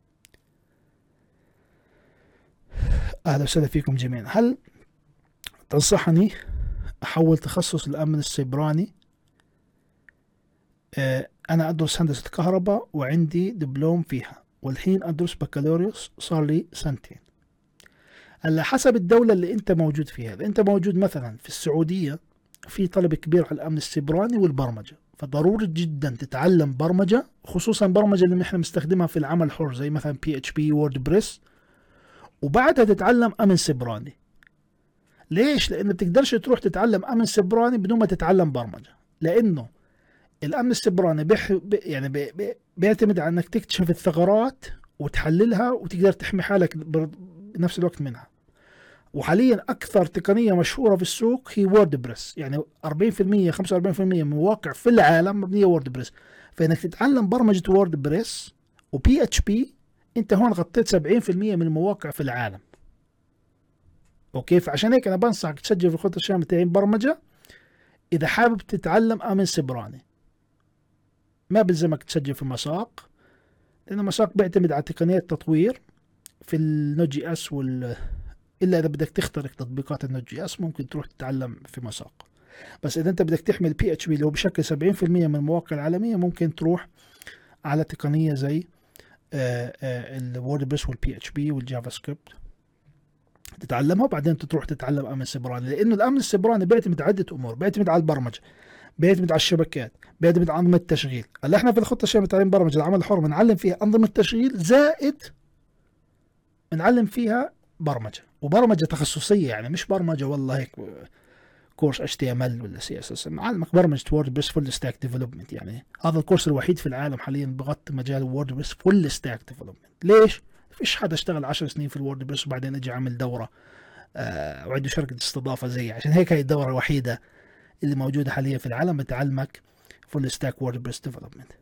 أهلا وسهلا فيكم جميعا. هل تنصحني أحول تخصص الأمن السيبراني؟ أنا أدرس هندسة كهرباء وعندي دبلوم فيها، والحين أدرس بكالوريوس صار لي سنتين. على حسب الدولة اللي أنت موجود فيها. إذا أنت موجود مثلا في السعودية، في طلب كبير على الأمن السيبراني والبرمجة، فضروري جدا تتعلم برمجة، خصوصا برمجة اللي نحن بنستخدمها في العمل الحر زي مثلا PHP ووردبريس، وبعدها تتعلم أمن سيبراني. ليش؟ لأنه بتقدرش تروح تتعلم أمن سيبراني بدون ما تتعلم برمجة، لأنه الأمن السيبراني بيعتمد على أنك تكتشف الثغرات وتحللها وتقدر تحمي حالك بنفس الوقت منها. وحاليا أكثر تقنية مشهورة في السوق هي ووردبريس، يعني 40% 45% من المواقع في العالم مبنية ووردبريس. فإنك تتعلم برمجة ووردبريس وPHP، أنت هون غطيت 70% من المواقع في العالم. أوكي، فعشان هيك أنا بنصحك تسجل في الخطة الشاملة تعليم برمجة إذا حابب تتعلم أمن سيبراني. ما بلزمك تسجل في مساق، لأن المساق بيعتمد على تقنيات تطوير في النوت جي اس إلا إذا بدك تخترق تطبيقات النوت جي اس ممكن تروح تتعلم في مساق. بس إذا أنت بدك تحمل PHP اللي هو بشكل 70% من المواقع العالمية، ممكن تروح على تقنية زي الووردبريس والPHP والجافا سكريبت تتعلمها، وبعدين تروح تتعلم أمن سيبراني. لأنه الأمن السيبراني بيعتمد على عدة أمور، بيعتمد على البرمجة، بيعتمد على الشبكات، بيعتمد على أنظمة التشغيل. اللي احنا في الخطة الشاملة تعليم برمجة العمل الحر بنعلم فيها أنظمة التشغيل، زائد بنعلم فيها برمجة، وبرمجة تخصصية، يعني مش برمجة والله هيك كورس HTML ولا CSS. نعلمك برمجة ووردبريس فول ستاك ديفلوبمنت. يعني هذا الكورس الوحيد في العالم حاليا بغطي مجال ووردبريس فول ستاك ديفلوبمنت. ليش؟ فيش حدا اشتغل 10 سنين في الووردبريس وبعدين اجى عمل دورة وعنده شركة استضافة زي. عشان هيك هي الدورة الوحيدة اللي موجودة حاليا في العالم بتعلمك فول ستاك ووردبريس ديفلوبمنت.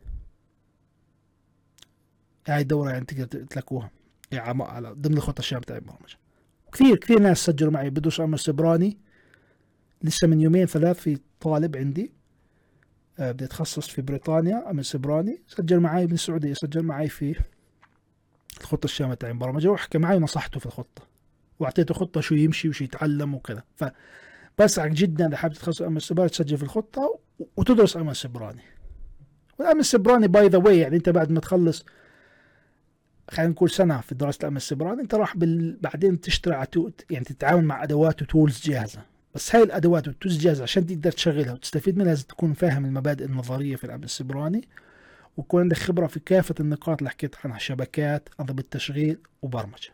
هاي الدورة يعني تقدر تلاقوها يعني على ضمن الخطة الشاملة تاع البرمجة. كثير ناس سجلوا معي بدرسوا أمن سيبراني. لسه من يومين ثلاث في طالب عندي بده يتخصص في بريطانيا أمن سيبراني، سجل معي من السعودية، سجل معي في الخطة الشاملة تاع البرمجة، وحكى معي ونصحته في الخطة واعطيته خطة شو يمشي وشو يتعلم وكذا. فبسعك جدا إذا حابب تتخصص أمن سيبراني تسجل في الخطة وتدرس أمن سيبراني. والأمن السيبراني باي ذا واي، يعني أنت بعد ما تخلص خلينا نقول سنة في دراسة الأمن السيبراني، أنت راح بعدين تشتري يعني تتعاون مع أدوات وتولز جاهزة. بس هاي الأدوات والتولز جاهزة عشان تقدر تشغلها وتستفيد منها لازم تكون فاهم المبادئ النظرية في الأمن السيبراني، ويكون عندك خبرة في كافة النقاط اللي حكيت عنها: شبكات، أنظمة تشغيل، وبرمجة.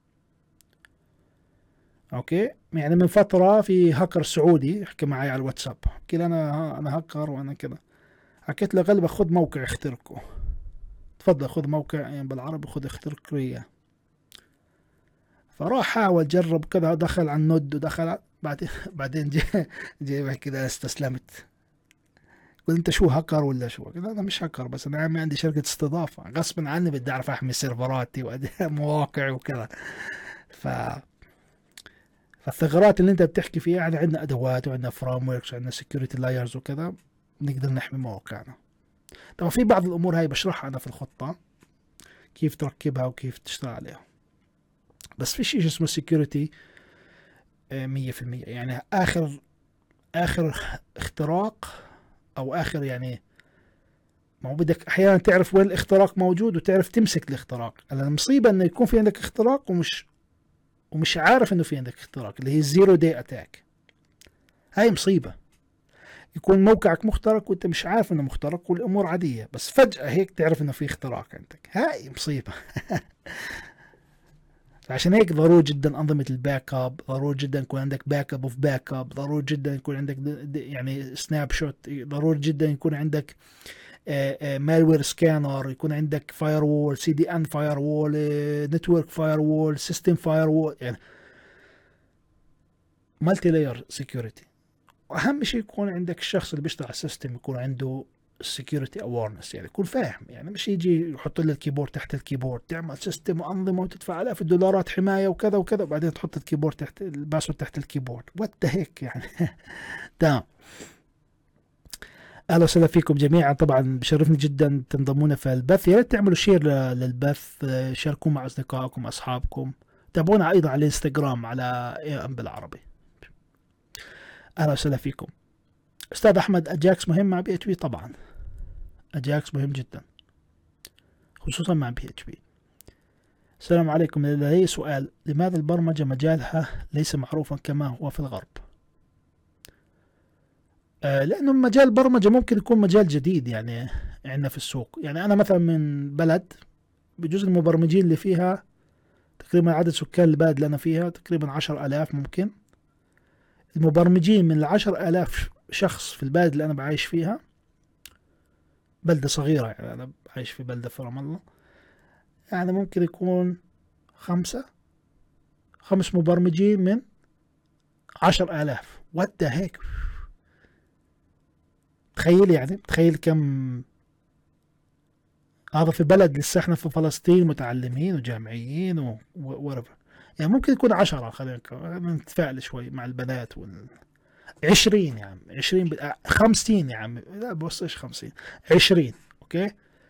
أوكي، يعني من فترة في هاكر سعودي حكى معي على الواتساب، حكي لي أنا هاكر وأنا كذا. حكيت له غالبا خذ موقع اخترقه، تفضل خذ موقع يعني بالعربي، خذ اخترق لي. فراح حاول جرب كذا، دخل على النود ودخل بعدين جاي كذا استسلمت. قلت انت شو هاكر ولا شو؟ قلت انا مش هاكر، بس انا عندي شركة استضافة غصبا عني بدي اعرف احمي سيرفراتي ومواقعي وكذا. فالثغرات اللي انت بتحكي فيها يعني عندنا ادوات وعندنا فريم وركس وعندنا سكيورتي لايرز وكذا نقدر نحمي مواقعنا. طبعا في بعض الامور هاي بشرحها انا في الخطة كيف تركبها وكيف تشتغل عليها، بس في شيء اسمه سكيورتي 100%. يعني اخر اختراق او اخر، يعني ما هو بدك احيانا تعرف وين الاختراق موجود وتعرف تمسك الاختراق. المصيبة انه يكون في عندك اختراق ومش عارف انه في عندك اختراق، اللي هي الزيرو داي اتاك. هاي مصيبة، يكون موقعك مخترق وانت مش عارف انه مخترق والامور عادية، بس فجأة هيك تعرف انه في اختراق عندك. هاي مصيبة. عشان هيك ضروري جدا أنظمة الباك اب، ضروري جدا يكون عندك باك اب اوف باك اب، ضروري جدا يكون عندك يعني سناب شوت، ضروري جدا يكون عندك مالوير سكانر، يكون عندك فاير وول، CDN فاير وول، نتورك فاير وول، سيستم فاير وول، يعني مالتي لاير سيكيورتي. واهم شيء يكون عندك الشخص اللي بيشتغل على السيستم يكون عنده السكيورتي اويرنس، يعني يكون فاهم، يعني مش يجي يحط لي الكيبورد تحت الكيبورد، تعمل سيستم وانظمه وتدفع الاف الدولارات حمايه وكذا وكذا، وبعدين تحط الكيبورد تحت الباسورد تحت الكيبورد، وات هيك يعني. تمام. اهلا وسهلا فيكم جميعا، طبعا بشرفني جدا تنضمونا في البث، يا ريت تعملوا شير للبث، شاركوه مع اصدقائكم اصحابكم، تابعونا ايضا على الانستغرام على ام بالعربي. اهلا وسهلا فيكم. استاذ احمد، اجاكس مهم مع بي اتش بي؟ طبعا اجاكس مهم جدا، خصوصا مع بي اتش بي. السلام عليكم، لدي سؤال، لماذا البرمجة مجالها ليس معروفا كما هو في الغرب؟ لأنه مجال البرمجة ممكن يكون مجال جديد يعني عندنا في السوق. يعني أنا مثلا من بلد بجوز المبرمجين اللي فيها تقريبا عدد سكان البلد اللي أنا فيها تقريبا 10,000 ممكن. المبرمجين من 10,000 شخص في البلد اللي أنا بعيش فيها، بلدة صغيرة يعني، أنا بعيش في بلدة في رام الله، يعني ممكن يكون خمس مبرمجين من 10,000. وات هيك، تخيل يعني، تخيل كم هذا في بلد لسه احنا في فلسطين متعلمين وجامعيين ورفع. يعني ممكن يكون 10، خلينا نتفائل شوي مع البنات 20 يا عم، 20 50 يا عم، لا بوصلش 50، 20. اوكي،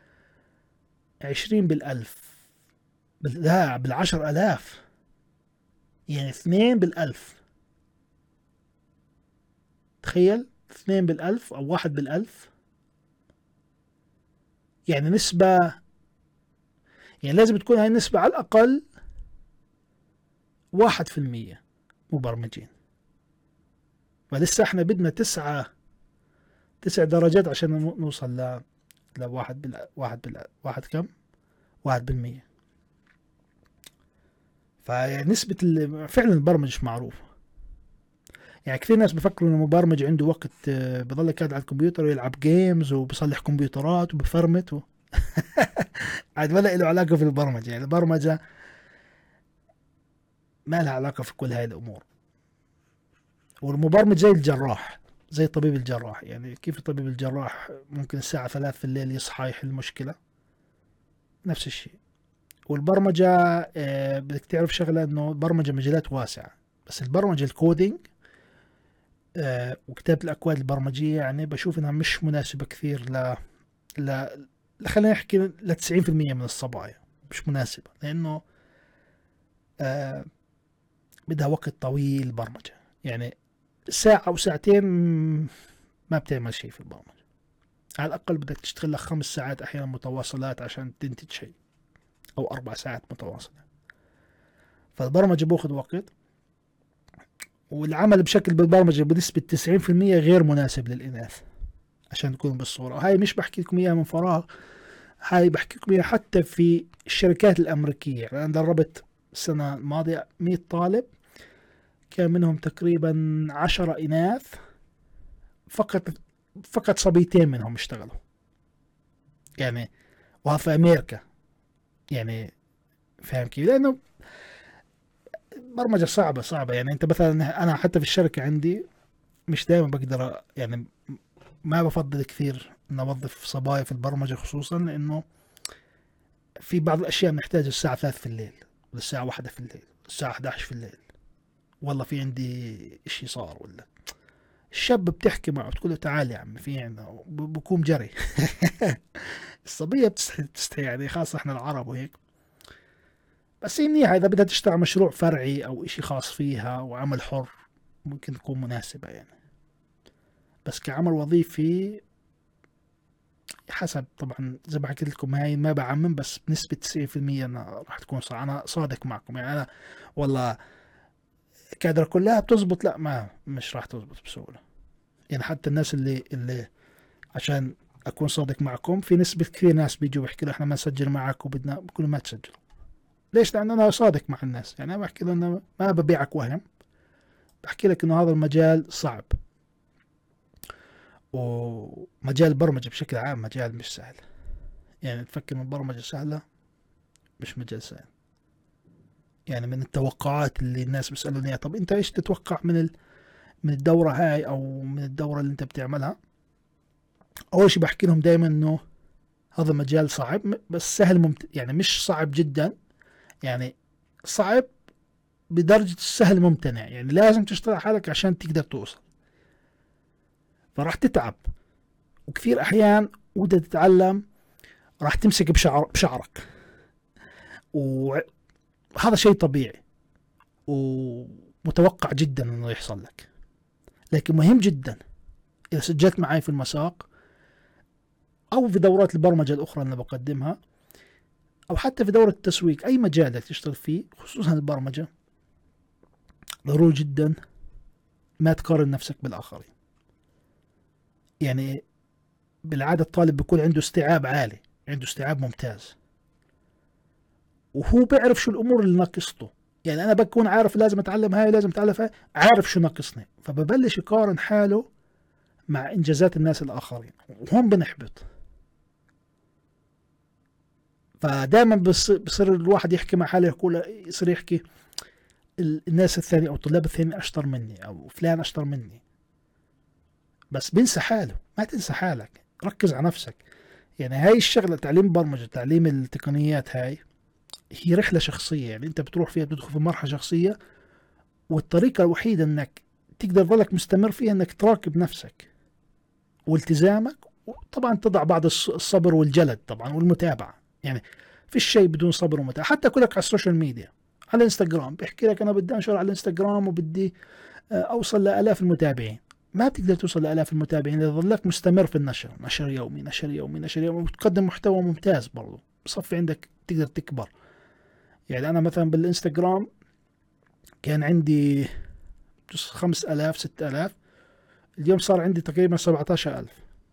20 بالألف، لا بال10,000، يعني 2 بالألف. تخيل 2 بالألف أو 1 بالألف، يعني نسبة، يعني لازم تكون هاي النسبة على الأقل 1% مبرمجين. فلسه احنا بدنا 9 درجات عشان نوصل لواحد واحد كم؟ 1%. فنسبة فعلا البرمجة مش معروفة. يعني كثير ناس بفكروا انه مبرمج عنده وقت بضل قاعد على الكمبيوتر ويلعب جيمز وبصلح كمبيوترات وبفرمت عاد ولا له علاقة في البرمجة. يعني البرمجة ما لها علاقة في كل هاي الأمور. والمبرمج زي الجراح، زي طبيب الجراح. يعني كيف طبيب الجراح ممكن الساعة 3 في الليل يصحى يحل مشكلة، نفس الشيء. والبرمجة بدك تعرف شغلة، انه البرمجة مجالات واسعة، بس البرمجة الكودينج وكتابة الأكواد البرمجية يعني بشوف انها مش مناسبة كثير ل... خلينا نحكي ل 90% من الصبايا مش مناسبة، لأنه بدها وقت طويل برمجة. يعني ساعة أو ساعتين ما بتعمل شيء في البرمجة. على الأقل بدك تشتغل لك 5 ساعات أحيانا متواصلات عشان تنتج شيء، أو 4 ساعات متواصلة. فالبرمجة بأخذ وقت، والعمل بشكل بالبرمجة بنسبة 90% غير مناسب للإناث، عشان نكون بالصورة. وهاي مش بحكي لكم إياها من فراغ، هاي بحكي لكم إياها حتى في الشركات الأمريكية. يعني أنا دربت السنة الماضية 100 طالب، كان منهم تقريبا 10 إناث، فقط صبيتين منهم اشتغلوا يعني، وهذا في أمريكا. يعني فاهم كيف؟ لأنه برمجة صعبة يعني. أنت مثلا، أنا حتى في الشركة عندي مش دائما بقدر، يعني ما بفضل كثير ان اوظف صبايا في البرمجة، خصوصا لانه في بعض الاشياء بنحتاج الساعة 3 في الليل، والساعة 1 في الليل، الساعة 11 في الليل، والله في عندي اشي صار، ولا الشاب بتحكي معه تقول له تعال يا عم في عنا، بقوم جري. الصبية بتستحي يعني، خاصة احنا العرب وهيك. بس هي منيحة اذا بدها تشتغل مشروع فرعي او اشي خاص فيها وعمل حر، ممكن تكون مناسبة يعني. بس كعمل وظيفي حسب طبعا، زي ما حكيت لكم هاي ما بعمم، بس بنسبة 90% أنا راح تكون صح. أنا صادق معكم يعني. أنا والله كادرة كلها بتزبط، لا، ما مش راح تزبط بسهولة. يعني حتى الناس اللي عشان أكون صادق معكم، في نسبة كثير ناس بيجوا بيحكوا احنا ما نسجل معك وبدنا، بقولوا ما تسجل. ليش؟ لأن أنا صادق مع الناس. يعني أنا بحكي لهم ما ببيعك وهم، بحكي لك إنه هذا المجال صعب، ومجال البرمجة بشكل عام مجال مش سهل. يعني تفكر من البرمجة سهلة، مش مجال سهل. يعني من التوقعات اللي الناس بيسألوني اياها، طب انت ايش تتوقع من الدورة هاي او من الدورة اللي انت بتعملها؟ اول شيء بحكي لهم دائما انه هذا مجال صعب بس سهل يعني مش صعب جدا، يعني صعب بدرجة السهل ممتنع، يعني لازم تشتغل على حالك عشان تقدر توصل. فراح تتعب، وكثير احيان وانت تتعلم راح تمسك بشعرك، وهذا شيء طبيعي ومتوقع جدا انه يحصل لك. لكن مهم جدا اذا سجلت معي في المساق او في دورات البرمجة الاخرى اللي بقدمها، او حتى في دورة التسويق، اي مجال بدك تشتغل فيه خصوصا البرمجة، ضروري جدا ما تقارن نفسك بالاخرين. يعني بالعادة الطالب بيكون عنده استيعاب عالي، عنده استيعاب ممتاز، وهو بيعرف شو الامور اللي ناقصته. يعني انا بكون عارف لازم اتعلم هاي، لازم اتعلم هاي، عارف شو ناقصني، فببلش يقارن حاله مع انجازات الناس الاخرين، وهون بنحبط. فدائما بصير الواحد يحكي مع حاله، يصير يحكي الناس الثانية او الطلاب الثانيين اشطر مني، او فلان اشطر مني، بس بنسى حاله. ما تنسى حالك، ركز على نفسك. يعني هاي الشغلة، تعليم برمجة، تعليم التقنيات، هاي هي رحلة شخصية. يعني انت بتروح فيها، بتدخل في مرحلة شخصية، والطريقة الوحيدة انك تقدر تظلك مستمر فيها انك تراقب نفسك والتزامك، وطبعا تضع بعض الصبر والجلد طبعا والمتابعة. يعني في شيء بدون صبر ومتابعة. حتى كلك على السوشيال ميديا، على الانستغرام بيحكي لك انا بدي انشر على الانستغرام وبدي اوصل لالاف المتابعين. ما بتقدر توصل لالاف المتابعين اذا ظلك مستمر في النشر، نشر يومي نشر يومي نشر يومي، وتقدم محتوى ممتاز برضه، بصفي عندك تقدر تكبر. يعني انا مثلا بالانستغرام كان عندي 5000 6000، اليوم صار عندي تقريبا 17000.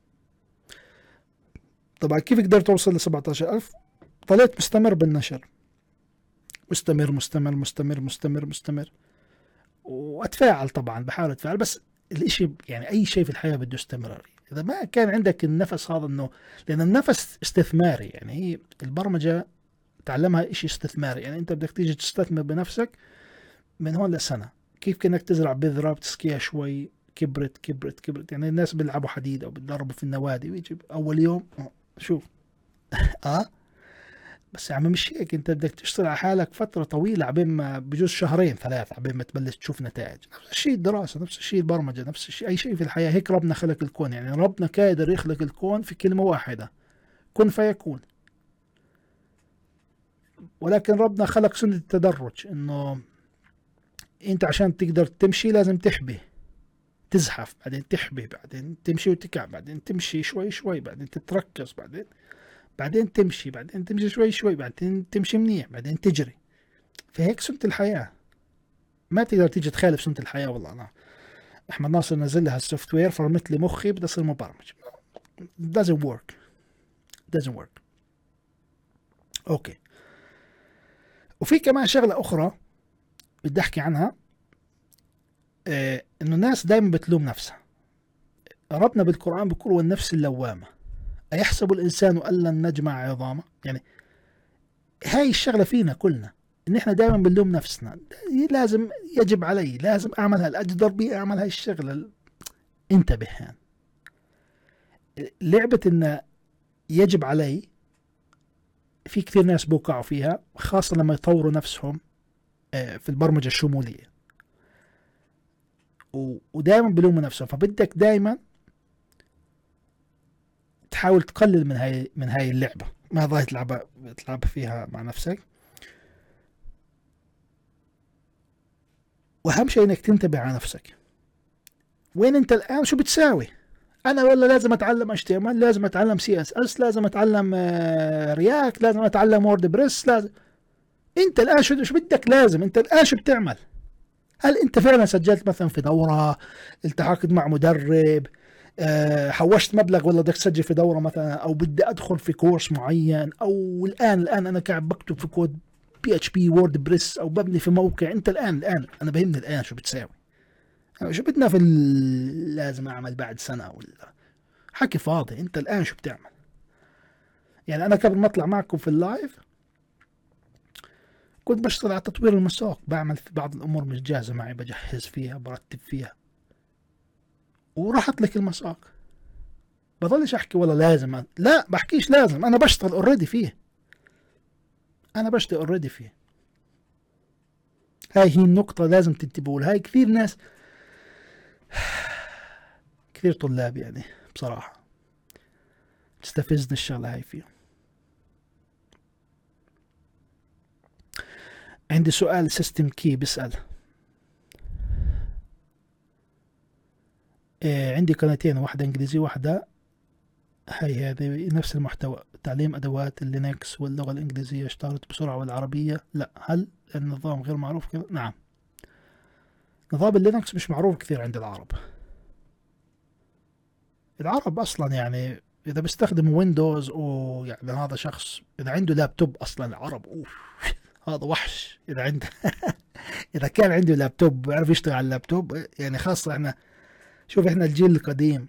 طبعا كيف قدرت اوصل ل 17000؟ ظليت مستمر بالنشر، مستمر مستمر مستمر مستمر مستمر، واتفاعل طبعا، بحاول اتفاعل. بس الاشي يعني اي شيء في الحياه بده استمرارية. اذا ما كان عندك النفس هذا، انه لان النفس استثماري، يعني هي البرمجه تعلمها اشي استثماري. يعني انت بدك تيجي تستثمر بنفسك من هون لسنه. كيف كانك تزرع بذره بتسقيها شوي، كبرت كبرت كبرت. يعني الناس بيلعبوا حديد او بيتدربوا في النوادي، ويجي اول يوم شوف بس يا عم مش هيك. انت بدك تشتغل على حالك فترة طويلة، عبين ما بجوز شهرين ثلاثة عبين ما تبلش تشوف نتائج. نفس الشيء الدراسة، نفس الشيء البرمجة، نفس الشيء أي شيء في الحياة. هيك ربنا خلق الكون. يعني ربنا قادر يخلق الكون في كلمة واحدة، كن فيكون. ولكن ربنا خلق سنة التدرج، انه انت عشان تقدر تمشي لازم تحبي، تزحف، بعدين تحبي، بعدين تمشي وتكع، بعدين تمشي شوي شوي، بعدين تتركز، بعدين تمشي، بعدين تمشي شوي شوي، بعدين تمشي منيح، بعدين تجري. فهيك سنة الحياة. ما تقدر تيجي تخالف سنة الحياة. والله أنا أحمد ناصر نزل لها السوفت وير، فرمت لي مخي بدي أصير مبرمج. doesn't work doesn't work. أوكي. وفي كمان شغلة أخرى بدي أحكي عنها، إنه الناس دائما بتلوم نفسها. ربنا بالقرآن بيقول والنفس اللوامة أيحسب الإنسان أن لن نجمع عظامه. يعني هاي الشغلة فينا كلنا، إن إحنا دائما بنلوم نفسنا. لازم، يجب علي، لازم أعمل الأقدر بي أعمل هاي الشغلة. انتبه هان، لعبة إن يجب علي في كثير ناس بوقعوا فيها، خاصة لما يطوروا نفسهم في البرمجة الشمولية، ودائما بلوموا نفسهم. فبدك دائما تحاول تقلل من هاي اللعبة، ما ضايت تلعب فيها مع نفسك. واهم شيء انك تنتبه على نفسك، وين انت الان، شو بتساوي. انا والله لازم اتعلم HTML، لازم اتعلم CSS، لازم اتعلم رياكت، لازم اتعلم وورد بريس، لازم. انت الان شو بدك؟ لازم انت الان شو بتعمل؟ هل انت فعلا سجلت مثلا في دورة، التحقت مع مدرب، حوشت مبلغ، ولا بدك تسجل في دورة مثلا، او بدي ادخل في كورس معين، او الان انا قاعد بكتب في كود PHP وورد بريس، او ببني في موقع. انت الان انا بهمني الان شو بتساوي. شو بدنا في لازم اعمل بعد سنة ولا حكي فاضي. انت الان شو بتعمل؟ يعني انا قبل ما اطلع معكم في اللايف كنت بشتغل على تطوير المساق، بعمل في بعض الامور مش جاهزة معي، بجهز فيها، برتب فيها، ورحت لك المساق بظلش احكي والله لازم، لا بحكيش لازم، انا بشتغل اوريدي فيه، انا بشتغل اوريدي فيه. هاي هي النقطة لازم تنتبهوا لها. هاي كثير ناس، كثير طلاب يعني بصراحة تستفزني الشغلة هاي فيهم. عندي سؤال سيستم كي بيسأل، عندي قناتين، واحدة انجليزي واحدة هذه نفس المحتوى، تعليم ادوات اللينكس واللغة الانجليزية اشتغلت بسرعة والعربية لا، هل النظام غير معروف كذا؟ نعم، نظام اللينكس مش معروف كثير عند العرب. العرب اصلا يعني اذا بيستخدم ويندوز او يعني هذا شخص اذا عنده لابتوب اصلا، العرب اوف هذا وحش اذا عنده اذا كان عنده لابتوب بيعرف يشتغل على اللابتوب يعني. خاصة احنا شوف احنا الجيل القديم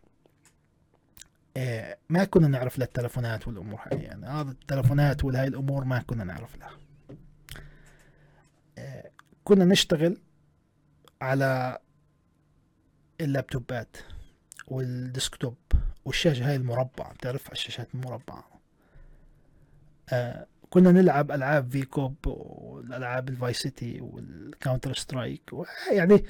ما كنا نعرف للتلفونات والامور هاي، يعني هذا التلفونات والهاي الامور ما كنا نعرف لها. كنا نشتغل على اللابتوبات والديسكتوب والشاشة هاي المربعة، تعرف الشاشات المربعة. كنا نلعب ألعاب في كوب والألعاب الفاي سيتي والكاونتر سترايك يعني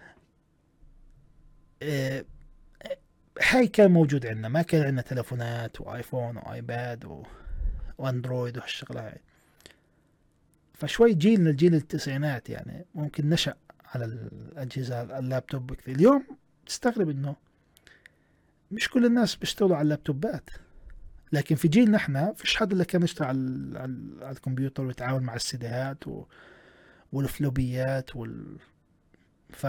هاي كان موجود عندنا، ما كان عندنا تلفونات وآيفون وآيباد واندرويد وهالشغلة هاي. فشوي جيلنا الجيل التسعينات يعني ممكن نشأ على الأجهزة اللابتوب كثير. اليوم تستغرب إنه مش كل الناس بيشتغلوا على اللابتوبات، لكن في جيلنا احنا فيش حد اللي كان يشتغل على الكمبيوتر ويتعامل مع السيديهات والفلوبيات ف...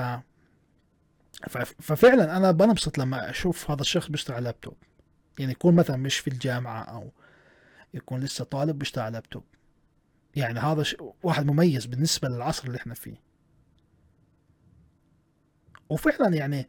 ففعلا انا بنبسط لما اشوف هذا الشخص بيشتغل على لابتوب، يعني يكون مثلا مش في الجامعة او يكون لسه طالب بيشتغل على لابتوب، يعني هذا واحد مميز بالنسبة للعصر اللي احنا فيه. وفعلا يعني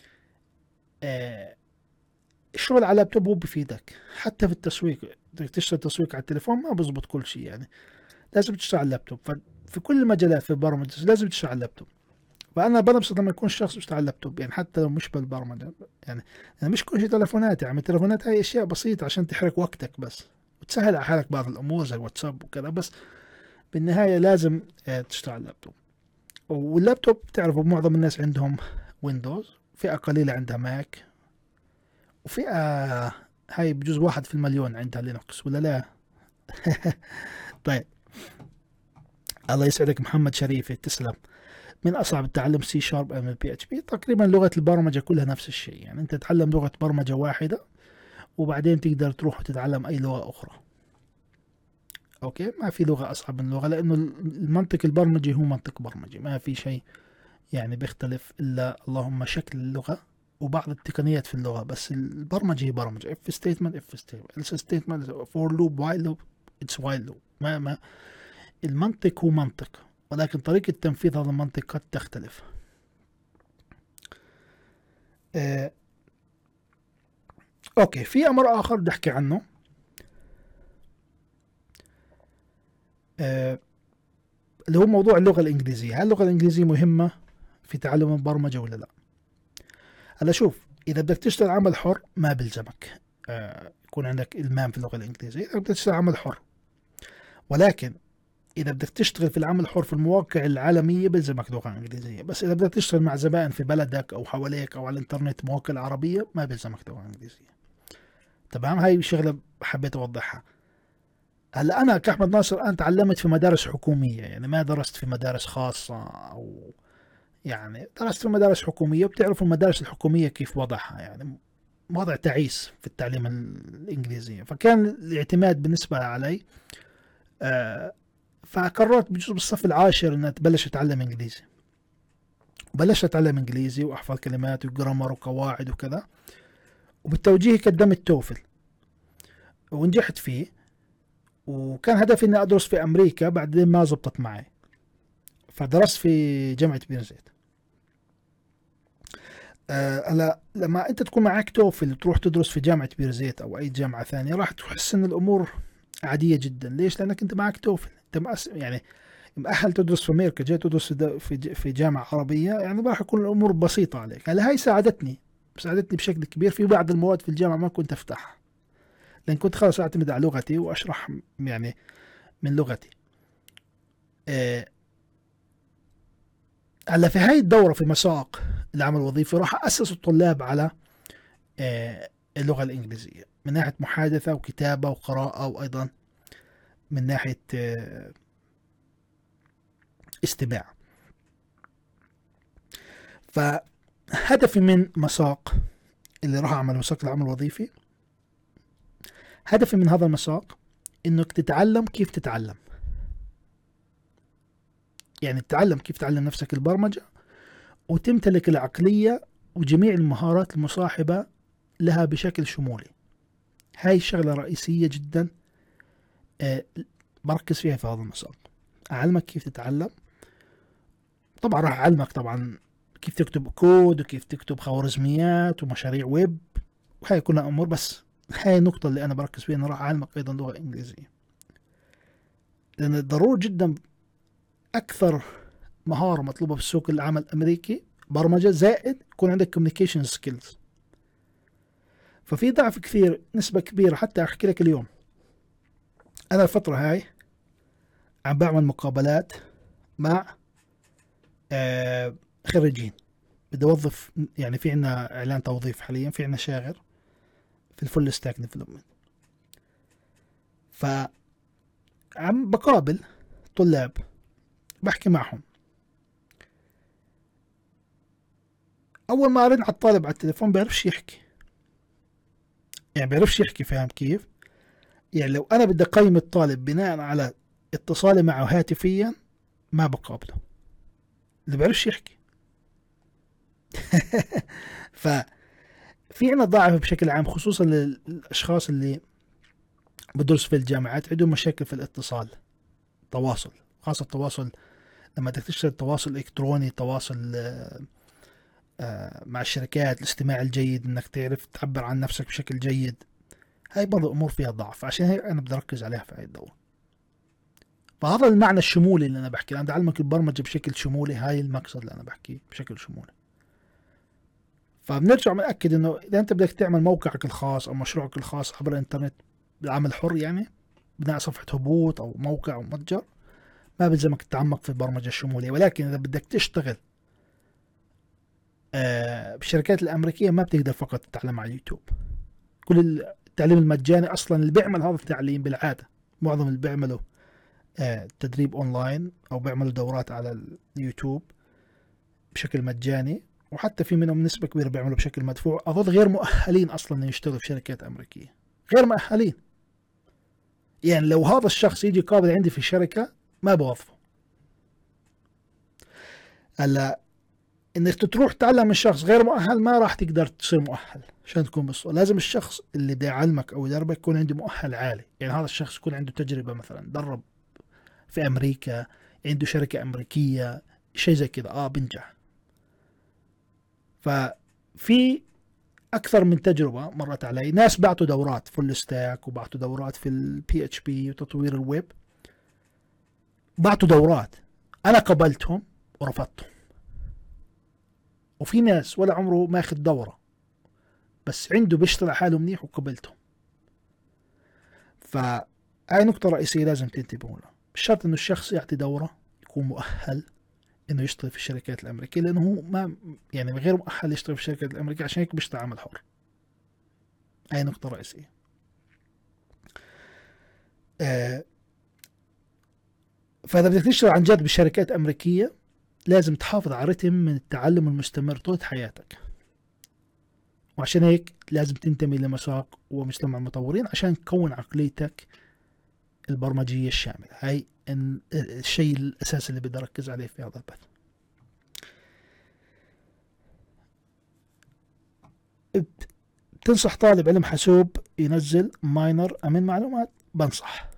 الشغل على اللابتوب هو بفيدك حتى في التسويق. بدك تشتغل تسويق على التليفون ما بزبط كل شيء، يعني لازم تشتغل على اللابتوب. ففي كل المجالات في البرمجة لازم تشتغل على اللابتوب. فأنا بنبسط لما يكون الشخص يشتغل على اللابتوب، يعني حتى لو مش بالبرمجة يعني مش كل شيء تلفونات، يعني التلفونات هاي أشياء بسيطة عشان تحرق وقتك بس وتسهل على حالك بعض الأمور زي الواتساب وكذا، بس بالنهاية لازم تشتغل على اللابتوب. واللابتوب تعرفوا معظم الناس عندهم ويندوز، فئة قليلة عندها ماك، وفئة هاي بجوز 1% عندها لينكس ولا لا. طيب الله يسعدك محمد شريفي، تسلم. من أصعب التعلم سي شارب أم البي اتش بي؟ تقريبا لغة البرمجة كلها نفس الشيء، يعني أنت تتعلم لغة برمجة واحدة وبعدين تقدر تروح وتتعلم أي لغة أخرى. أوكي، ما في لغة أصعب من لغة، لأنه المنطق البرمجي هو منطق برمجي، ما في شيء يعني بيختلف إلا اللهم شكل اللغة وبعض التقنيات في اللغة، بس البرمجة هي برمجة. if statement if statement else statement for loop while loop it's while loop. ما المنطق هو منطق، ولكن طريقة تنفيذ هذا المنطق قد تختلف. اوكي، في امر اخر بدي احكي عنه، اللي هو موضوع اللغة الانجليزية. هل اللغة الانجليزية مهمة في تعلم البرمجة ولا لا؟ هلا شوف، اذا بدك تشتغل عمل حر ما بلزمك يكون عندك المام في اللغة الانجليزية، اذا بدك تشتغل عمل حر. ولكن اذا بدك تشتغل في العمل الحر في المواقع العالمية بلزمك لغة انجليزية. بس اذا بدك تشتغل مع زبائن في بلدك او حواليك او على الانترنت مواقع عربية ما بلزمك لغة انجليزية. تمام، هاي شغلة حبيت اوضحها. هلا انا كاحمد ناصر انا تعلمت في مدارس حكومية، يعني ما درست في مدارس خاصة، او يعني درست في مدارس حكومية. بتعرفوا المدارس الحكومية كيف وضعها، يعني وضع تعيس في التعليم الإنجليزي. فكان الاعتماد بالنسبة علي فقررت بجوز بالصف العاشر أن تبلش أتعلم إنجليزي. بلشت أتعلم إنجليزي وأحفظ كلمات وجرامر وقواعد وكذا، وبالتوجيه قدمت توفل ونجحت فيه، وكان هدفي أني أدرس في أمريكا، بعدين ما زبطت معي فدرست في جامعة بيرزيت. لما انت تكون معك توفل تروح تدرس في جامعة بيرزيت او اي جامعة ثانية راح تحس ان الامور عادية جدا. ليش؟ لانك انت معك توفل، انت يعني مؤهل تدرس في امريكا، جاي تدرس في جامعة عربية، يعني راح يكون الامور بسيطة عليك. هلا هاي ساعدتني ساعدتني بشكل كبير. في بعض المواد في الجامعة ما كنت أفتحها، لأن كنت خلاص أعتمد على لغتي وأشرح يعني من لغتي. هلا في هاي الدورة في مساق العمل الوظيفي راح أسس الطلاب على اللغة الإنجليزية من ناحية محادثة وكتابة وقراءة، وأيضا من ناحية استماع. فهدفي من مساق اللي راح أعمل مساق العمل الوظيفي، هدفي من هذا المساق إنك تتعلم كيف تتعلم، يعني تتعلم كيف تعلم نفسك البرمجة وتمتلك العقلية وجميع المهارات المصاحبة لها بشكل شمولي. هاي شغلة رئيسية جدا بركز فيها في هذا المساق. أعلمك كيف تتعلم، طبعا راح أعلمك طبعا كيف تكتب كود وكيف تكتب خوارزميات ومشاريع ويب، وهي كلها أمور، بس هاي النقطة اللي أنا بركز فيها، أنا راح أعلمك أيضا لغة إنجليزية، لأن ضروري جدا أكثر مهارة مطلوبة في السوق العمل الأمريكي برمجة، زائد يكون عندك communication skills. ففي ضعف كثير، نسبة كبيرة. حتى أحكي لك اليوم أنا الفترة هاي عم بعمل مقابلات مع خريجين، بدي أوظف، يعني في عنا إعلان توظيف حاليا، في عنا شاغر في الفول ستاك ديفلوبمنت، فعم بقابل طلاب بحكي معهم. أول ما أرن على الطالب على التليفون بيعرفش يحكي، يعني بيعرفش يحكي، فاهم كيف؟ يعني لو أنا بدي أقيم الطالب بناء على اتصالي معه هاتفيا ما بقابله، اللي بيعرفش يحكي. ففي عنا ضعف بشكل عام، خصوصا للأشخاص اللي بدرسوا في الجامعات، عندهم مشاكل في الاتصال، تواصل، خاصة التواصل لما بدك تشتغل تواصل إلكتروني، تواصل مع الشركات، الاستماع الجيد، انك تعرف تعبر عن نفسك بشكل جيد. هاي برضو امور فيها ضعف، عشان هيك انا بدي اركز عليها في هاي الدورة. فهذا المعنى الشمولي اللي انا بحكي، انا بدي اعلمك البرمجة بشكل شمولي، هاي المقصد اللي انا بحكيه بشكل شمولي. فبنرجع بنأكد انه اذا انت بدك تعمل موقعك الخاص او مشروعك الخاص عبر الانترنت بالعمل الحر، يعني بناء صفحة هبوط او موقع او متجر، ما بلزمك تتعمق في البرمجة الشمولية. ولكن اذا بدك تشتغل بالشركات الأمريكية ما بتقدر فقط تتعلم على اليوتيوب. كل التعليم المجاني أصلا اللي بيعمل هذا التعليم بالعادة، معظم اللي بيعملوا تدريب أونلاين أو بيعملوا دورات على اليوتيوب بشكل مجاني، وحتى في منهم نسبة كبيرة بيعملوا بشكل مدفوع، أظن غير مؤهلين أصلا يشتغلوا في شركات أمريكية، غير مؤهلين. يعني لو هذا الشخص يجي قابل عندي في شركة ما بوظفه. هلا انك تروح تعلم من شخص غير مؤهل ما راح تقدر تصير مؤهل عشان تكون بالصورة. لازم الشخص اللي بده يعلمك او يدربك يكون عنده مؤهل عالي، يعني هذا الشخص يكون عنده تجربة، مثلا درب في امريكا، عنده شركة امريكية، شيء زي كذا بنجح. ففي اكثر من تجربة مرت علي، ناس بعتوا دورات فول ستاك وبعتوا دورات في البي اتش بي وتطوير الويب، بعتوا دورات انا قبلتهم ورفضتهم. وفي ناس ولا عمره ماخذ دورة بس عنده بيشتغل حاله منيح وقبلته. فهاي نقطة رئيسية لازم تنتبهوا لها. بالشرط انه الشخص يعطي دورة، يكون مؤهل انه يشتغل في الشركات الامريكية، لانه هو ما يعني غير مؤهل يشتغل في الشركات الامريكية، عشان هيك بيشتغل عمل حر. هاي نقطة رئيسية. فاذا بدك تشتغل عن جد بالشركات الامريكية لازم تحافظ على رتم من التعلم المستمر طول حياتك، وعشان هيك لازم تنتمي لمساق ومجتمع مطورين عشان تكون عقليتك البرمجية الشاملة. هاي الشيء الأساسي اللي بدي أركز عليه في هذا البث. بتنصح طالب علم حاسوب ينزل ماينر أمن معلومات؟ بنصح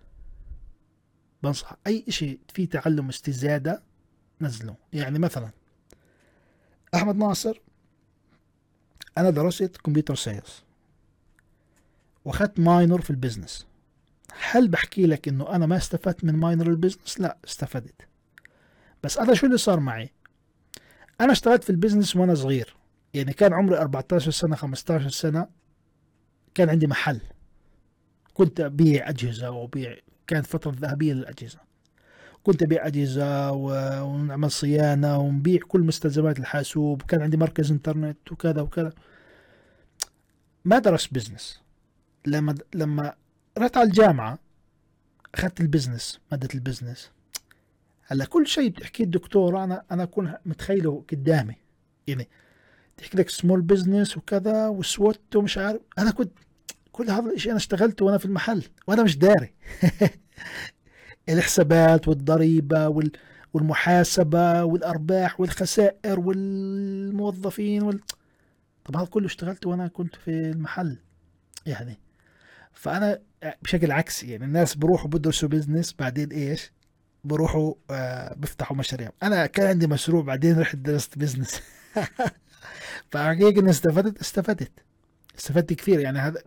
أي شيء فيه تعلم استزادة نزله. يعني مثلا أحمد ناصر، أنا درست كمبيوتر ساينس وأخذت ماينر في البزنس. هل بحكي لك إنه أنا ما استفدت من ماينر البزنس؟ لا، استفدت. بس أنا شو اللي صار معي؟ أنا اشتغلت في البزنس وأنا صغير، يعني كان عمري 14 سنة 15 سنة، كان عندي محل، كنت أبيع أجهزة وأبيع، كانت فترة ذهبية للأجهزة، كنت أبيع أجهزة ونعمل صيانة ونبيع كل مستلزمات الحاسوب، وكان عندي مركز إنترنت وكذا وكذا. ما درست بزنس. لما رحت على الجامعة أخذت البزنس، مادة البزنس. هلا كل شيء بتحكي الدكتور أنا أكون متخيله قدامي، يعني تحكي لك سمول بزنس وكذا وسوت ومش عارف. أنا كنت كل هذا الشيء أنا اشتغلته وأنا في المحل وأنا مش داري. الحسابات والضريبة والمحاسبة والأرباح والخسائر والموظفين طب هذا كله اشتغلته وأنا كنت في المحل يعني. فأنا بشكل عكسي، يعني الناس بروحوا بدرسوا بزنس بعدين إيش بروحوا بيفتحوا مشاريع. أنا كان عندي مشروع بعدين رحت درست بزنس. فحقيقة استفدت كثير. يعني هذا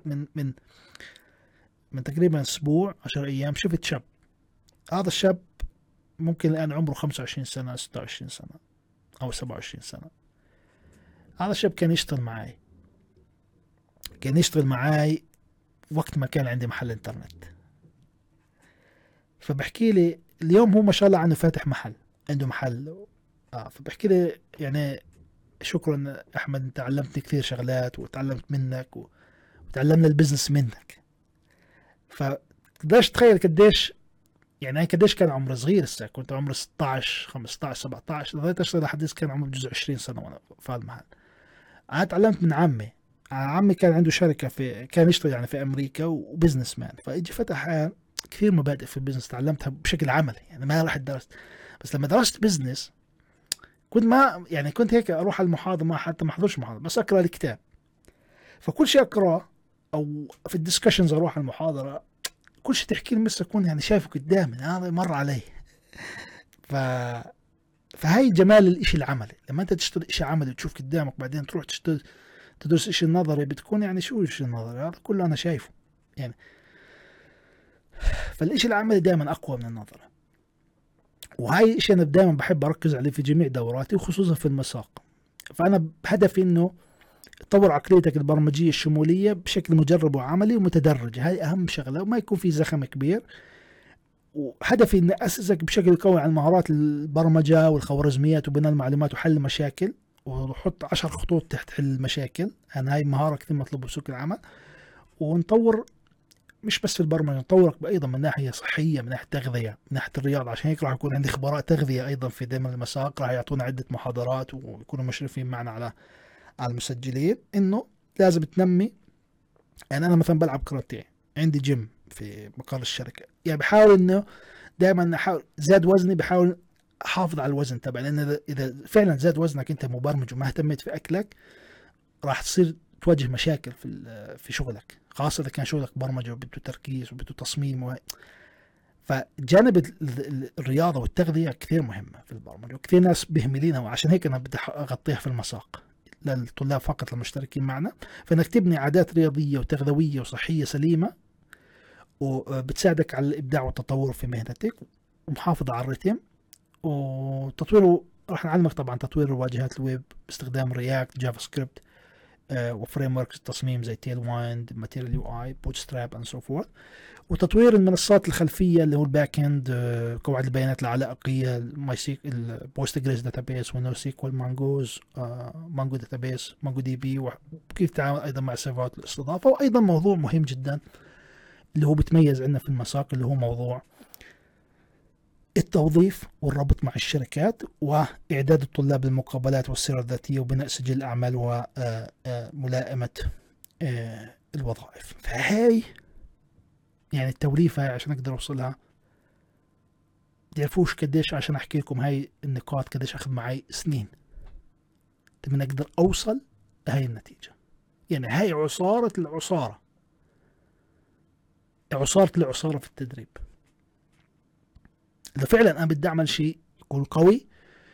من تقريبا أسبوع 10 أيام شفت شاب. هذا الشاب ممكن الآن عمره 25 سنة 26 سنة أو 27 سنة. هذا الشاب كان يشتغل معاي وقت ما كان عندي محل انترنت. فبحكي لي اليوم هو ما شاء الله عنه فاتح محل، عنده محل. فبحكي لي يعني شكرا أحمد، أنت علمتني كثير شغلات وتعلمت منك وتعلمنا البزنس منك. فتقدرش تخيل قديش، يعني أنا قديش كان عمري صغير. لسه كنت عمري 16 15 17 لغاية أشتغل لحد كان عمري بجوز 20 سنة وأنا في المحل. أنا تعلمت من عمي كان عنده شركة كان يشتغل يعني في أمريكا وبزنس مان، فإجي فتح كثير مبادئ في البزنس تعلمتها بشكل عملي، يعني ما رحت درست. بس لما درست بزنس كنت ما يعني كنت هيك أروح على المحاضرة، ما حتى ما أحضرش محاضرة، بس أقرأ الكتاب. فكل شيء أقرأه أو في الديسكشنز أروح على المحاضرة، كل شيء تحكي لي مثل أكون يعني شايفه قدامي، هذا مر علي. ف فهي جمال الإشي العملي، لما أنت تشتغل إشي عملي وتشوف قدامك بعدين تروح تدرس إشي النظري، بتكون يعني شو إشي النظري هذا كله أنا شايفه يعني. فالإشي العملي دائما أقوى من النظري، وهاي إشي أنا دائما بحب أركز عليه في جميع دوراتي وخصوصا في المساق. فأنا بهدفي إنه تطور عقليتك البرمجية الشمولية بشكل مجرب وعملي ومتدرج. هاي أهم شغلة، وما يكون في زخم كبير. وهدفي إن أسسك بشكل قوي على مهارات البرمجة والخوارزميات وبناء المعلومات وحل المشاكل، وحط 10 خطوط تحت حل المشاكل. أنا هاي مهارة كثير مطلوبة بسوق العمل. ونطور مش بس في البرمجة، نطورك أيضا من ناحية صحية، من ناحية تغذية، من ناحية الرياضة. عشان هيك راح يكون عندي خبراء تغذية أيضا في دائما المساق، راح يعطونا عدة محاضرات ويكونوا مشرفين معنا على المسجلين. إنه لازم تنمي. يعني أنا مثلا بلعب كاراتيه، عندي جيم في مقر الشركة، يعني بحاول إنه دائما احاول زاد وزني، بحاول احافظ على الوزن تبع، لان اذا فعلا زاد وزنك انت مبرمج وما اهتميت في اكلك راح تصير تواجه مشاكل في شغلك، خاصه اذا كان شغلك برمجه وبده تركيز وبده تصميم فجانب الرياضه والتغذيه كثير مهمه في البرمجه، وكثير ناس بيهملينها، وعشان هيك انا بدي اغطيها في المساق للطلاب فقط المشتركين معنا. فانك تبني عادات رياضيه وتغذويه وصحيه سليمه، وبتساعدك على الابداع والتطور في مهنتك، ومحافظة على الرتم وتطويره. راح نعلمك طبعا تطوير واجهات الويب باستخدام رياكت، جافا سكريبت، وفريم وركس التصميم زي تيل وايند، ماتيريال يو اي، بوت ستراب اند سو فورث. وتطوير المنصات الخلفيه اللي هو الباك اند، قواعد البيانات العلائقيه، الماي سيك، البوست جريس داتابيس، ونو سيكوال، مانجوز، مانجو داتابيس، مانجو دي بي، وكيف تتعامل ايضا مع سيرفرات الاستضافه. وايضا موضوع مهم جدا اللي هو بتميز عندنا في المساق، اللي هو موضوع التوظيف والربط مع الشركات، وإعداد الطلاب للمقابلات والسيرة الذاتية، وبناء سجل الأعمال، وملائمة الوظائف. فهي يعني التوليفة عشان أقدر أوصلها تعرفوش قديش، عشان أحكي لكم هاي النقاط قديش أخذ معي سنين من أقدر أوصل لهاي النتيجة. يعني هاي عصارة العصارة في التدريب. إذا فعلا أنا بدي أعمل شيء يكون قوي،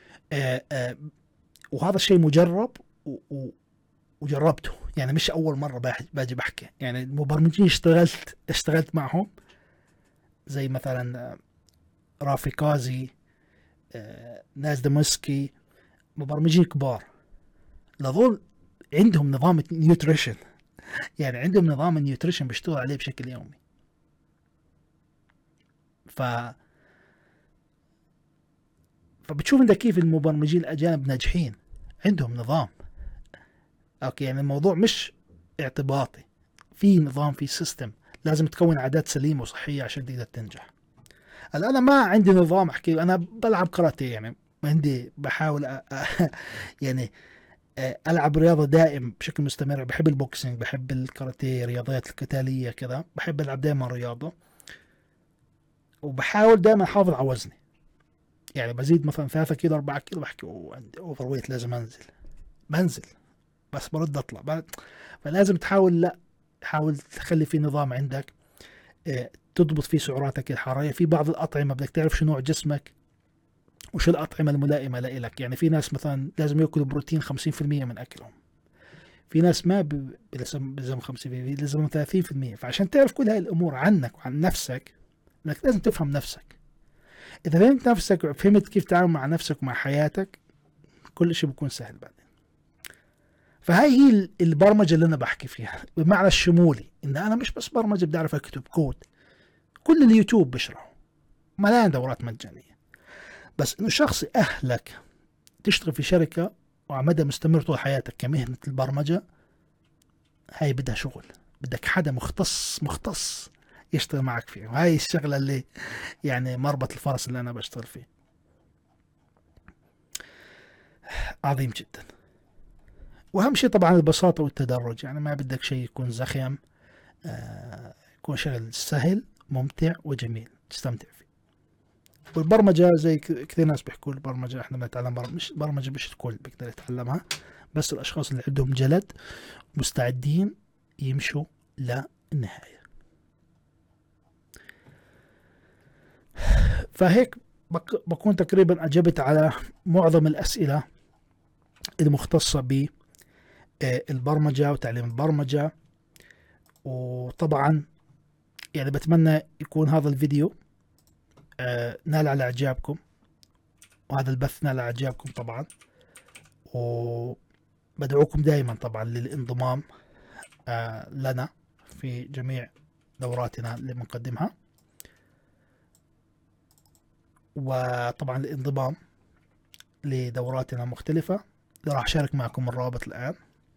وهذا الشيء مجرب وجربته، يعني مش أول مرة باجي بحكي. يعني المبرمجين اشتغلت معهم زي مثلا رافي كازي، ناس دمسكي، مبرمجين كبار. لظل عندهم نظام نيوتريشن، يعني عندهم نظام النيوتريشن بيشتغل عليه بشكل يومي. فبتشوف انت كيف المبرمجين الاجانب ناجحين، عندهم نظام. اوكي، يعني الموضوع مش اعتباطي، في نظام، في سيستم، لازم تكون عادات سليمه وصحيه عشان تقدر تنجح. انا ما عندي نظام احكي، انا بلعب كاراتيه، يعني عندي بحاول يعني العب رياضه دائم بشكل مستمر. بحب البوكسينج، بحب الكاراتيه، رياضات القتاليه كذا، بحب العب دائما رياضه، وبحاول دائما احافظ على وزني. يعني بزيد مثلا 3 كيلو 4 كيلو بحكي عندي اوفر ويت، لازم بنزل بس برد اطلع. فلازم تحاول، لا حاول تخلي في نظام عندك، تضبط فيه سعراتك الحراريه. في بعض الاطعمه بدك تعرف شو نوع جسمك وشو الأطعمة الملائمة لإلك. يعني في ناس مثلا لازم يأكلوا بروتين 50% من أكلهم، في ناس ما بلزم 50%، بلزم 30%. فعشان تعرف كل هاي الأمور عنك وعن نفسك، انك لازم تفهم نفسك. إذا فهمت نفسك وفهمت كيف تتعامل مع نفسك ومع حياتك، كل شيء بيكون سهل بعدين. فهاي هي البرمجة اللي أنا بحكي فيها بمعنى الشمولي، إن أنا مش بس برمجة بدي أعرف أكتب كود، كل اليوتيوب بشرحه، مليان دورات مجانية. بس إنه شخص أهلك تشتغل في شركة وعلى مدى مستمر طول حياتك كمهنة البرمجة، هاي بدها شغل، بدك حدا مختص يشتغل معك فيه. وهاي الشغلة اللي يعني مربط الفرس اللي أنا بشتغل فيه، عظيم جدا. وأهم شيء طبعا البساطة والتدرج، يعني ما بدك شيء يكون زخم، يكون شغل سهل ممتع وجميل تستمتع فيه. والبرمجة زي كثير ناس بيحكوا البرمجة احنا بنتعلم برمجة مش الكل بيقدر يتعلمها، بس الأشخاص اللي عندهم جلد مستعدين يمشوا للنهاية. فهيك بكون تقريبا أجبت على معظم الأسئلة المختصة بالبرمجة وتعليم البرمجة. وطبعا يعني بتمنى يكون هذا الفيديو نال على إعجابكم، وهذا البث نال على إعجابكم طبعا. وبدعوكم دائما طبعا للانضمام لنا في جميع دوراتنا اللي بنقدمها، وطبعا الانضمام لدوراتنا مختلفة اللي راح أشارك معكم الرابط الآن.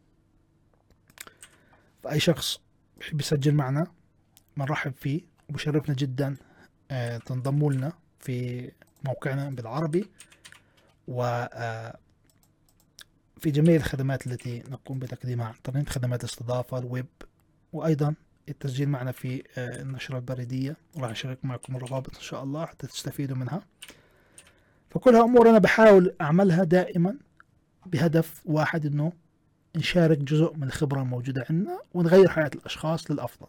فأي شخص بحب يسجل معنا بنرحب فيه، وبشرفنا جدا تنضموا لنا في موقعنا بالعربي، وفي جميع الخدمات التي نقوم بتقديمها عن طريق خدمات استضافة الويب، وأيضا التسجيل معنا في النشرة البريدية. وراح أشارك معكم الروابط إن شاء الله حتى تستفيدوا منها. فكلها أمور أنا بحاول أعملها دائما بهدف واحد، إنه نشارك جزء من الخبرة الموجودة عندنا ونغير حياة الأشخاص للأفضل.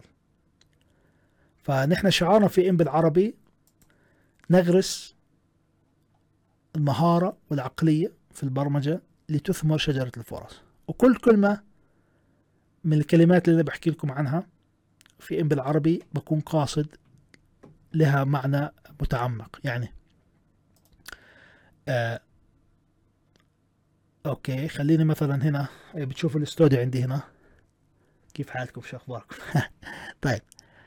فنحن شعارنا في إن بالعربي نغرس المهارة والعقلية في البرمجة لتثمر شجرة الفرص. وكل كلمة من الكلمات اللي أنا بحكي لكم عنها في إن بالعربي بكون قاصد لها معنى متعمق. يعني أوكي، خليني مثلا هنا بتشوفوا الاستوديو عندي هنا، كيف حالكم شو أخباركم؟ طيب،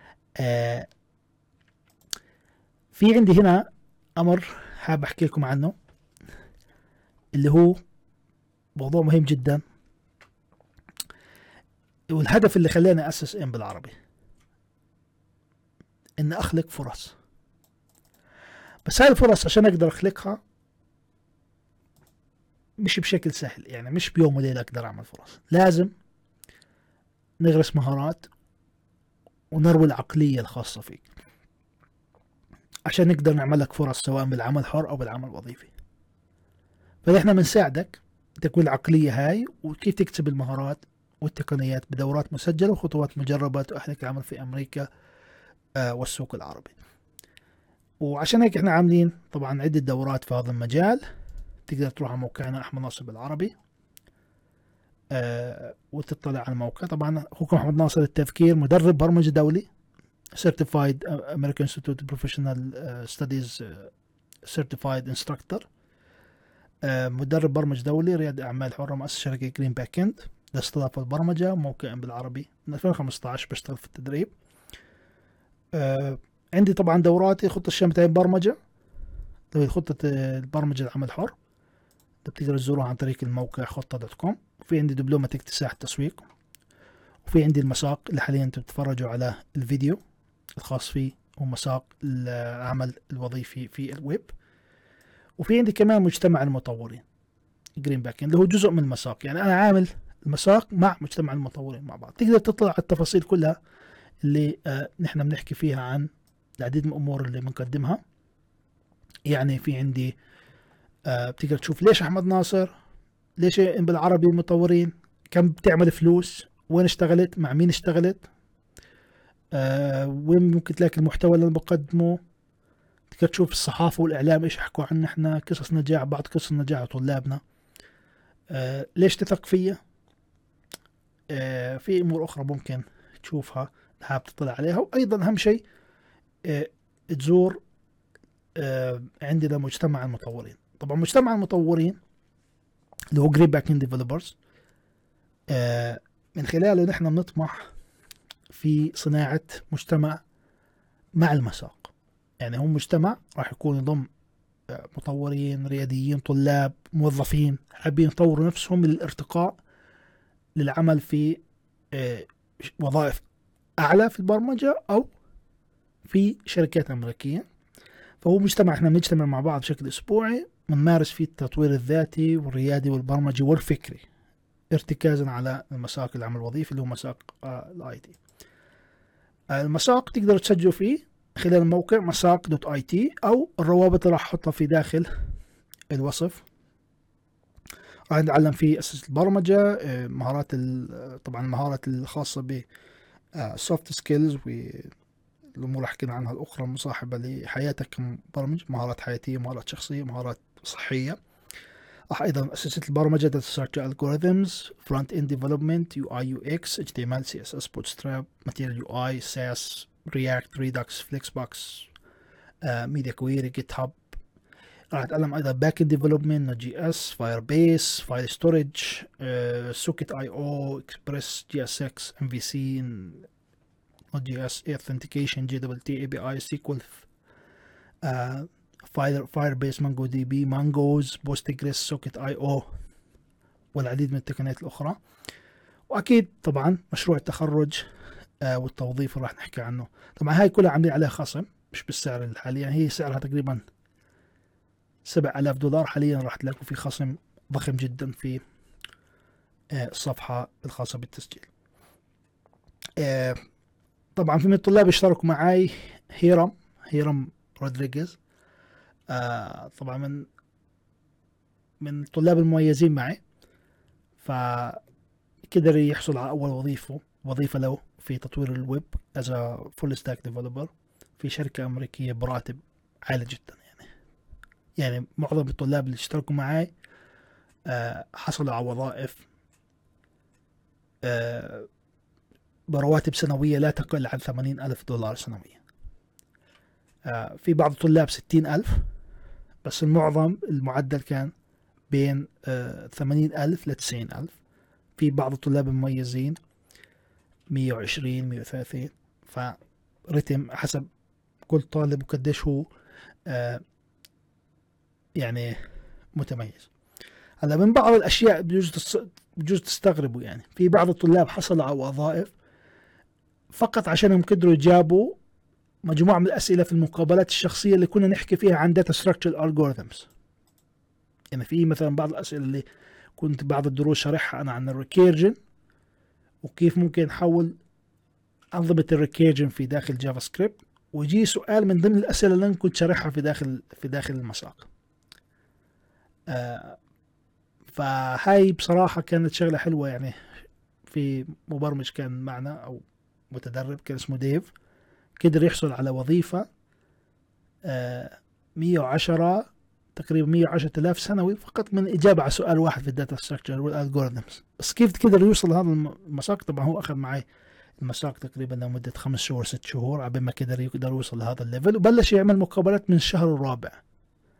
في عندي هنا أمر حاب أحكي لكم عنه، اللي هو موضوع مهم جدا، والهدف اللي خلاني أسس إن بالعربي إن أخلق فرص. بس هاي الفرص عشان أقدر أخلقها مش بشكل سهل، يعني مش بيوم وليلة أقدر أعمل فرص. لازم نغرس مهارات ونروي العقلية الخاصة فيك عشان نقدر نعمل لك فرص، سواء بالعمل الحر أو بالعمل الوظيفي. فإحنا بنساعدك تكوين العقلية هاي، وكيف تكتسب المهارات والتقنيات بدورات مسجلة وخطوات مجربة تؤهلك العمل في أمريكا والسوق العربي. وعشان هيك احنا عاملين طبعا عدة دورات في هذا المجال. تقدر تروح على موقعنا أحمد ناصر بالعربي وتطلع على الموقع. طبعا أخوكم أحمد ناصر التذكير مدرب برمجة دولي Certified American Institute of Professional Studies Certified Instructor، مدرب برمجة دولي، ريادة أعمال حرة، مؤسس شركة جرين باك إند. لاستضافة البرمجة، موقع بالعربي. من 2015 بشتغل في التدريب. عندي طبعا دوراتي، خطة الشامل برمجة، خطة البرمجة العمل حر، بتقدروا تزوروها عن طريق الموقع خطة.com. وفي عندي دبلومة اكتساح التسويق، وفي عندي المساق اللي حاليا انتم بتتفرجوا على الفيديو الخاص فيه، ومساق العمل الوظيفي في الويب. وفي عندي كمان مجتمع المطورين جرين باك اللي هو جزء من المساق. يعني انا عامل المساق مع مجتمع المطورين مع بعض. تقدر تطلع على التفاصيل كلها اللي نحن بنحكي فيها عن العديد من الامور اللي بنقدمها. يعني في عندي بتقدر تشوف ليش احمد ناصر، ليش بالعربي المطورين، كم بتعمل فلوس، وين اشتغلت، مع مين اشتغلت، وين ممكن تلاقي المحتوى اللي انا بقدمه. تقدر تشوف الصحافة والإعلام إيش يحكوا عنا إحنا، قصص نجاح، بعض قصص نجاح طلابنا، ليش تثق فيا. في أمور أخرى ممكن تشوفها حابب تطلع عليها. وأيضا أهم شيء تزور عندنا مجتمع المطورين. طبعا مجتمع المطورين اللي هو جرين باك اند ديفلوبرز، من خلاله نحن بنطمح في صناعة مجتمع مع المساق. يعني هم مجتمع راح يكون يضم مطورين، رياديين، طلاب، موظفين حابين يطوروا نفسهم للارتقاء للعمل في وظائف أعلى في البرمجة أو في شركات أمريكية. فهو مجتمع احنا بنجتمع مع بعض بشكل أسبوعي، بنمارس فيه التطوير الذاتي والريادي والبرمجي والفكري، ارتكازا على المساق العمل الوظيفي اللي هو مساق الاي تي. المساق تقدروا تسجلوا فيه خلال الموقع مساق.it او الروابط اللي راح احطها في داخل الوصف. راح نتعلم فيه اساس البرمجه، مهارات طبعا المهارات الخاصه ب سوفت سكيلز والامور اللي حكينا عنها الاخرى المصاحبه لحياتك كمبرمج، مهارات حياتيه، مهارات شخصيه، مهارات صحيه. راح ايضا اساسات البرمجه، داتا ستراكشر الجوريثمز، فرونت اند ديفلوبمنت، يو اي يو اكس، اتش تي ام ال، سي اس اس، بوتستراب، ماتيريال يو اي، ساس، رياكت، ريدكس، فليكس بوكس، ميديا كويري، جيت هاب. راح اتعلم ايضا باك اند ديفلوبمنت، نوت جي اس، فاير بيس، فايل ستورج، سوكيت اي او، اكسبريس، جي اس اكس، ام في سي، نوت جي اس، اوثنتيكيشن، جي دبل تي، اي بي اي، سيكوال، فاير بيس، مانجو دي بي، مانجوز، بوستجريس، سوكيت اي او، والعديد من التقنيات الاخرى. واكيد طبعا مشروع التخرج والتوظيف اللي راح نحكي عنه. طبعا هاي كلها عاملين عليها خصم مش بالسعر الحالي، يعني هي سعرها تقريبا $7,000 حاليا. راح تلاقوا في خصم ضخم جدا في الصفحة الخاصة بالتسجيل. طبعا في من الطلاب اشتركوا معي هيرم رودريغيز، طبعا من الطلاب المميزين معي، فقدر يحصل على أول وظيفة له في تطوير الويب as a full stack developer في شركة أمريكية براتب عالي جدا. يعني معظم الطلاب اللي اشتركوا معي حصلوا على وظائف برواتب سنوية لا تقل عن $80,000 سنويا. في بعض الطلاب 60,000، بس المعظم المعدل كان بين 80,000 ل 90,000. في بعض الطلاب المميزين 120 130. فرتم حسب كل طالب وقديش هو يعني متميز. هلا من بعض الاشياء بجوز تستغربوا، يعني في بعض الطلاب حصلوا على وظائف فقط عشانهم قدروا يجابوا مجموعة من الأسئلة في المقابلات الشخصية اللي كنا نحكي فيها عن data structure algorithms. يعني في مثلا بعض الأسئلة اللي كنت بعض الدروس شارحها أنا عن الريكيرجن وكيف ممكن نحول أنظمة الريكيرجن في داخل جافا سكريبت، ويجي سؤال من ضمن الأسئلة اللي أنا كنت شارحها في داخل المساق. فهاي بصراحة كانت شغلة حلوة. يعني في مبرمج كان معنا أو متدرب كان اسمه ديف، قدر يحصل على وظيفة 110 تقريبا 110,000 سنوي فقط من إجابة على سؤال واحد في الداتا ستراكشر والالجوريثمز. بس كيف قدر يوصل هذا المساق؟ طبعا هو أخذ معي المساق تقريبا لمدة 5 شهور 6 شهور عبين ما يقدر يوصل لهذا الليفل، وبلش يعمل مقابلات من الشهر الرابع.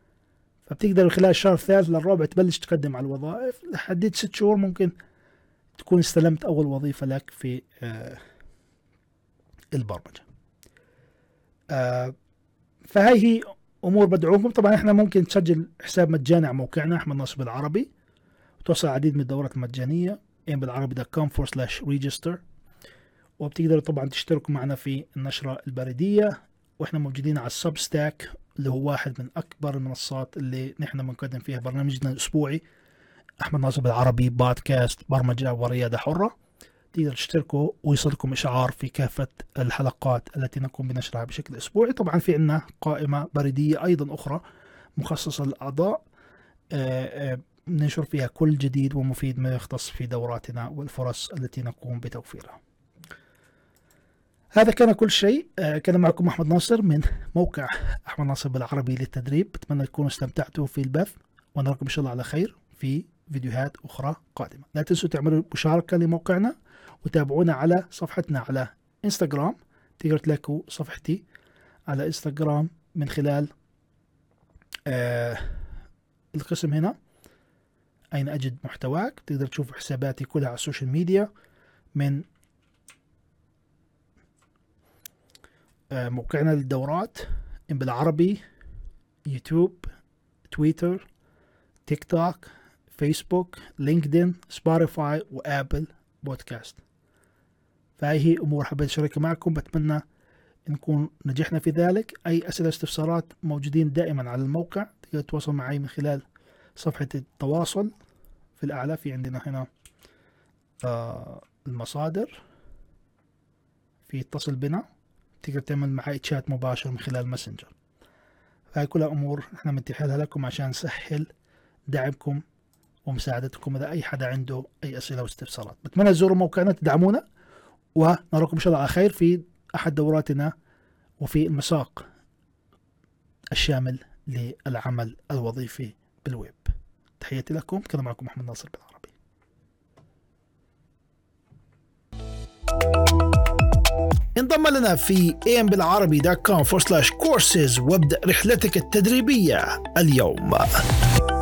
فبتقدر خلال الشهر الثالث للرابع تبلش تقدم على الوظائف لحديت 6 شهور ممكن تكون استلمت أول وظيفة لك في البرمجة. فهي هي أمور بدعوكم. طبعا إحنا ممكن تسجل حساب مجاني على موقعنا أحمد ناصر بالعربي، وتوصل عديد من الدورات المجانية ambilarabi.com/register، وبتقدروا طبعا تشتركوا معنا في النشرة البريدية، وإحنا موجودين على السبستاك اللي هو واحد من أكبر المنصات اللي نحن بنقدم فيها برنامجنا الأسبوعي أحمد ناصر بالعربي بودكاست برمجة وريادة حرة. تقدروا تشتركوا ويصلكم إشعار في كافة الحلقات التي نقوم بنشرها بشكل أسبوعي. طبعا في عنا قائمة بريدية أيضا أخرى مخصصة للأعضاء ننشر فيها كل جديد ومفيد ما يختص في دوراتنا والفرص التي نقوم بتوفيرها. هذا كان كل شيء. كان معكم أحمد ناصر من موقع أحمد ناصر بالعربي للتدريب. بتمنى تكونوا استمتعتوا في البث، ونراكم إن شاء الله على خير في فيديوهات أخرى قادمة. لا تنسوا تعملوا مشاركة لموقعنا، وتابعونا على صفحتنا على إنستغرام. تقدروا تلاقوا صفحتي على إنستغرام من خلال القسم هنا أين أجد محتواك. تقدر تشوف حساباتي كلها على السوشيال ميديا من موقعنا للدورات بالعربي، يوتيوب، تويتر، تيك توك، فيسبوك، لينكدين، سبوتيفاي، وآبل بودكاست. فهي هي أمور حبيت أشاركها معكم، بتمنى نكون نجحنا في ذلك. أي أسئلة استفسارات موجودين دائما على الموقع، تقدر تتواصل معي من خلال صفحة التواصل في الأعلى. في عندنا هنا المصادر، في اتصل بنا، تقدر تعمل معي تشات مباشر من خلال ماسنجر. فهي كلها أمور احنا متاحة لكم عشان نسهل دعمكم ومساعدتكم إذا أي حدا عنده أي أسئلة واستفسارات. بتمنى تزوروا موقعنا، تدعمونا، ونراكم إن شاء الله على خير في أحد دوراتنا وفي المساق الشامل للعمل الوظيفي بالويب. تحياتي لكم، كان معكم أحمد ناصر بالعربي. انضم لنا في ambilarabi.com/courses وابدأ رحلتك التدريبية اليوم.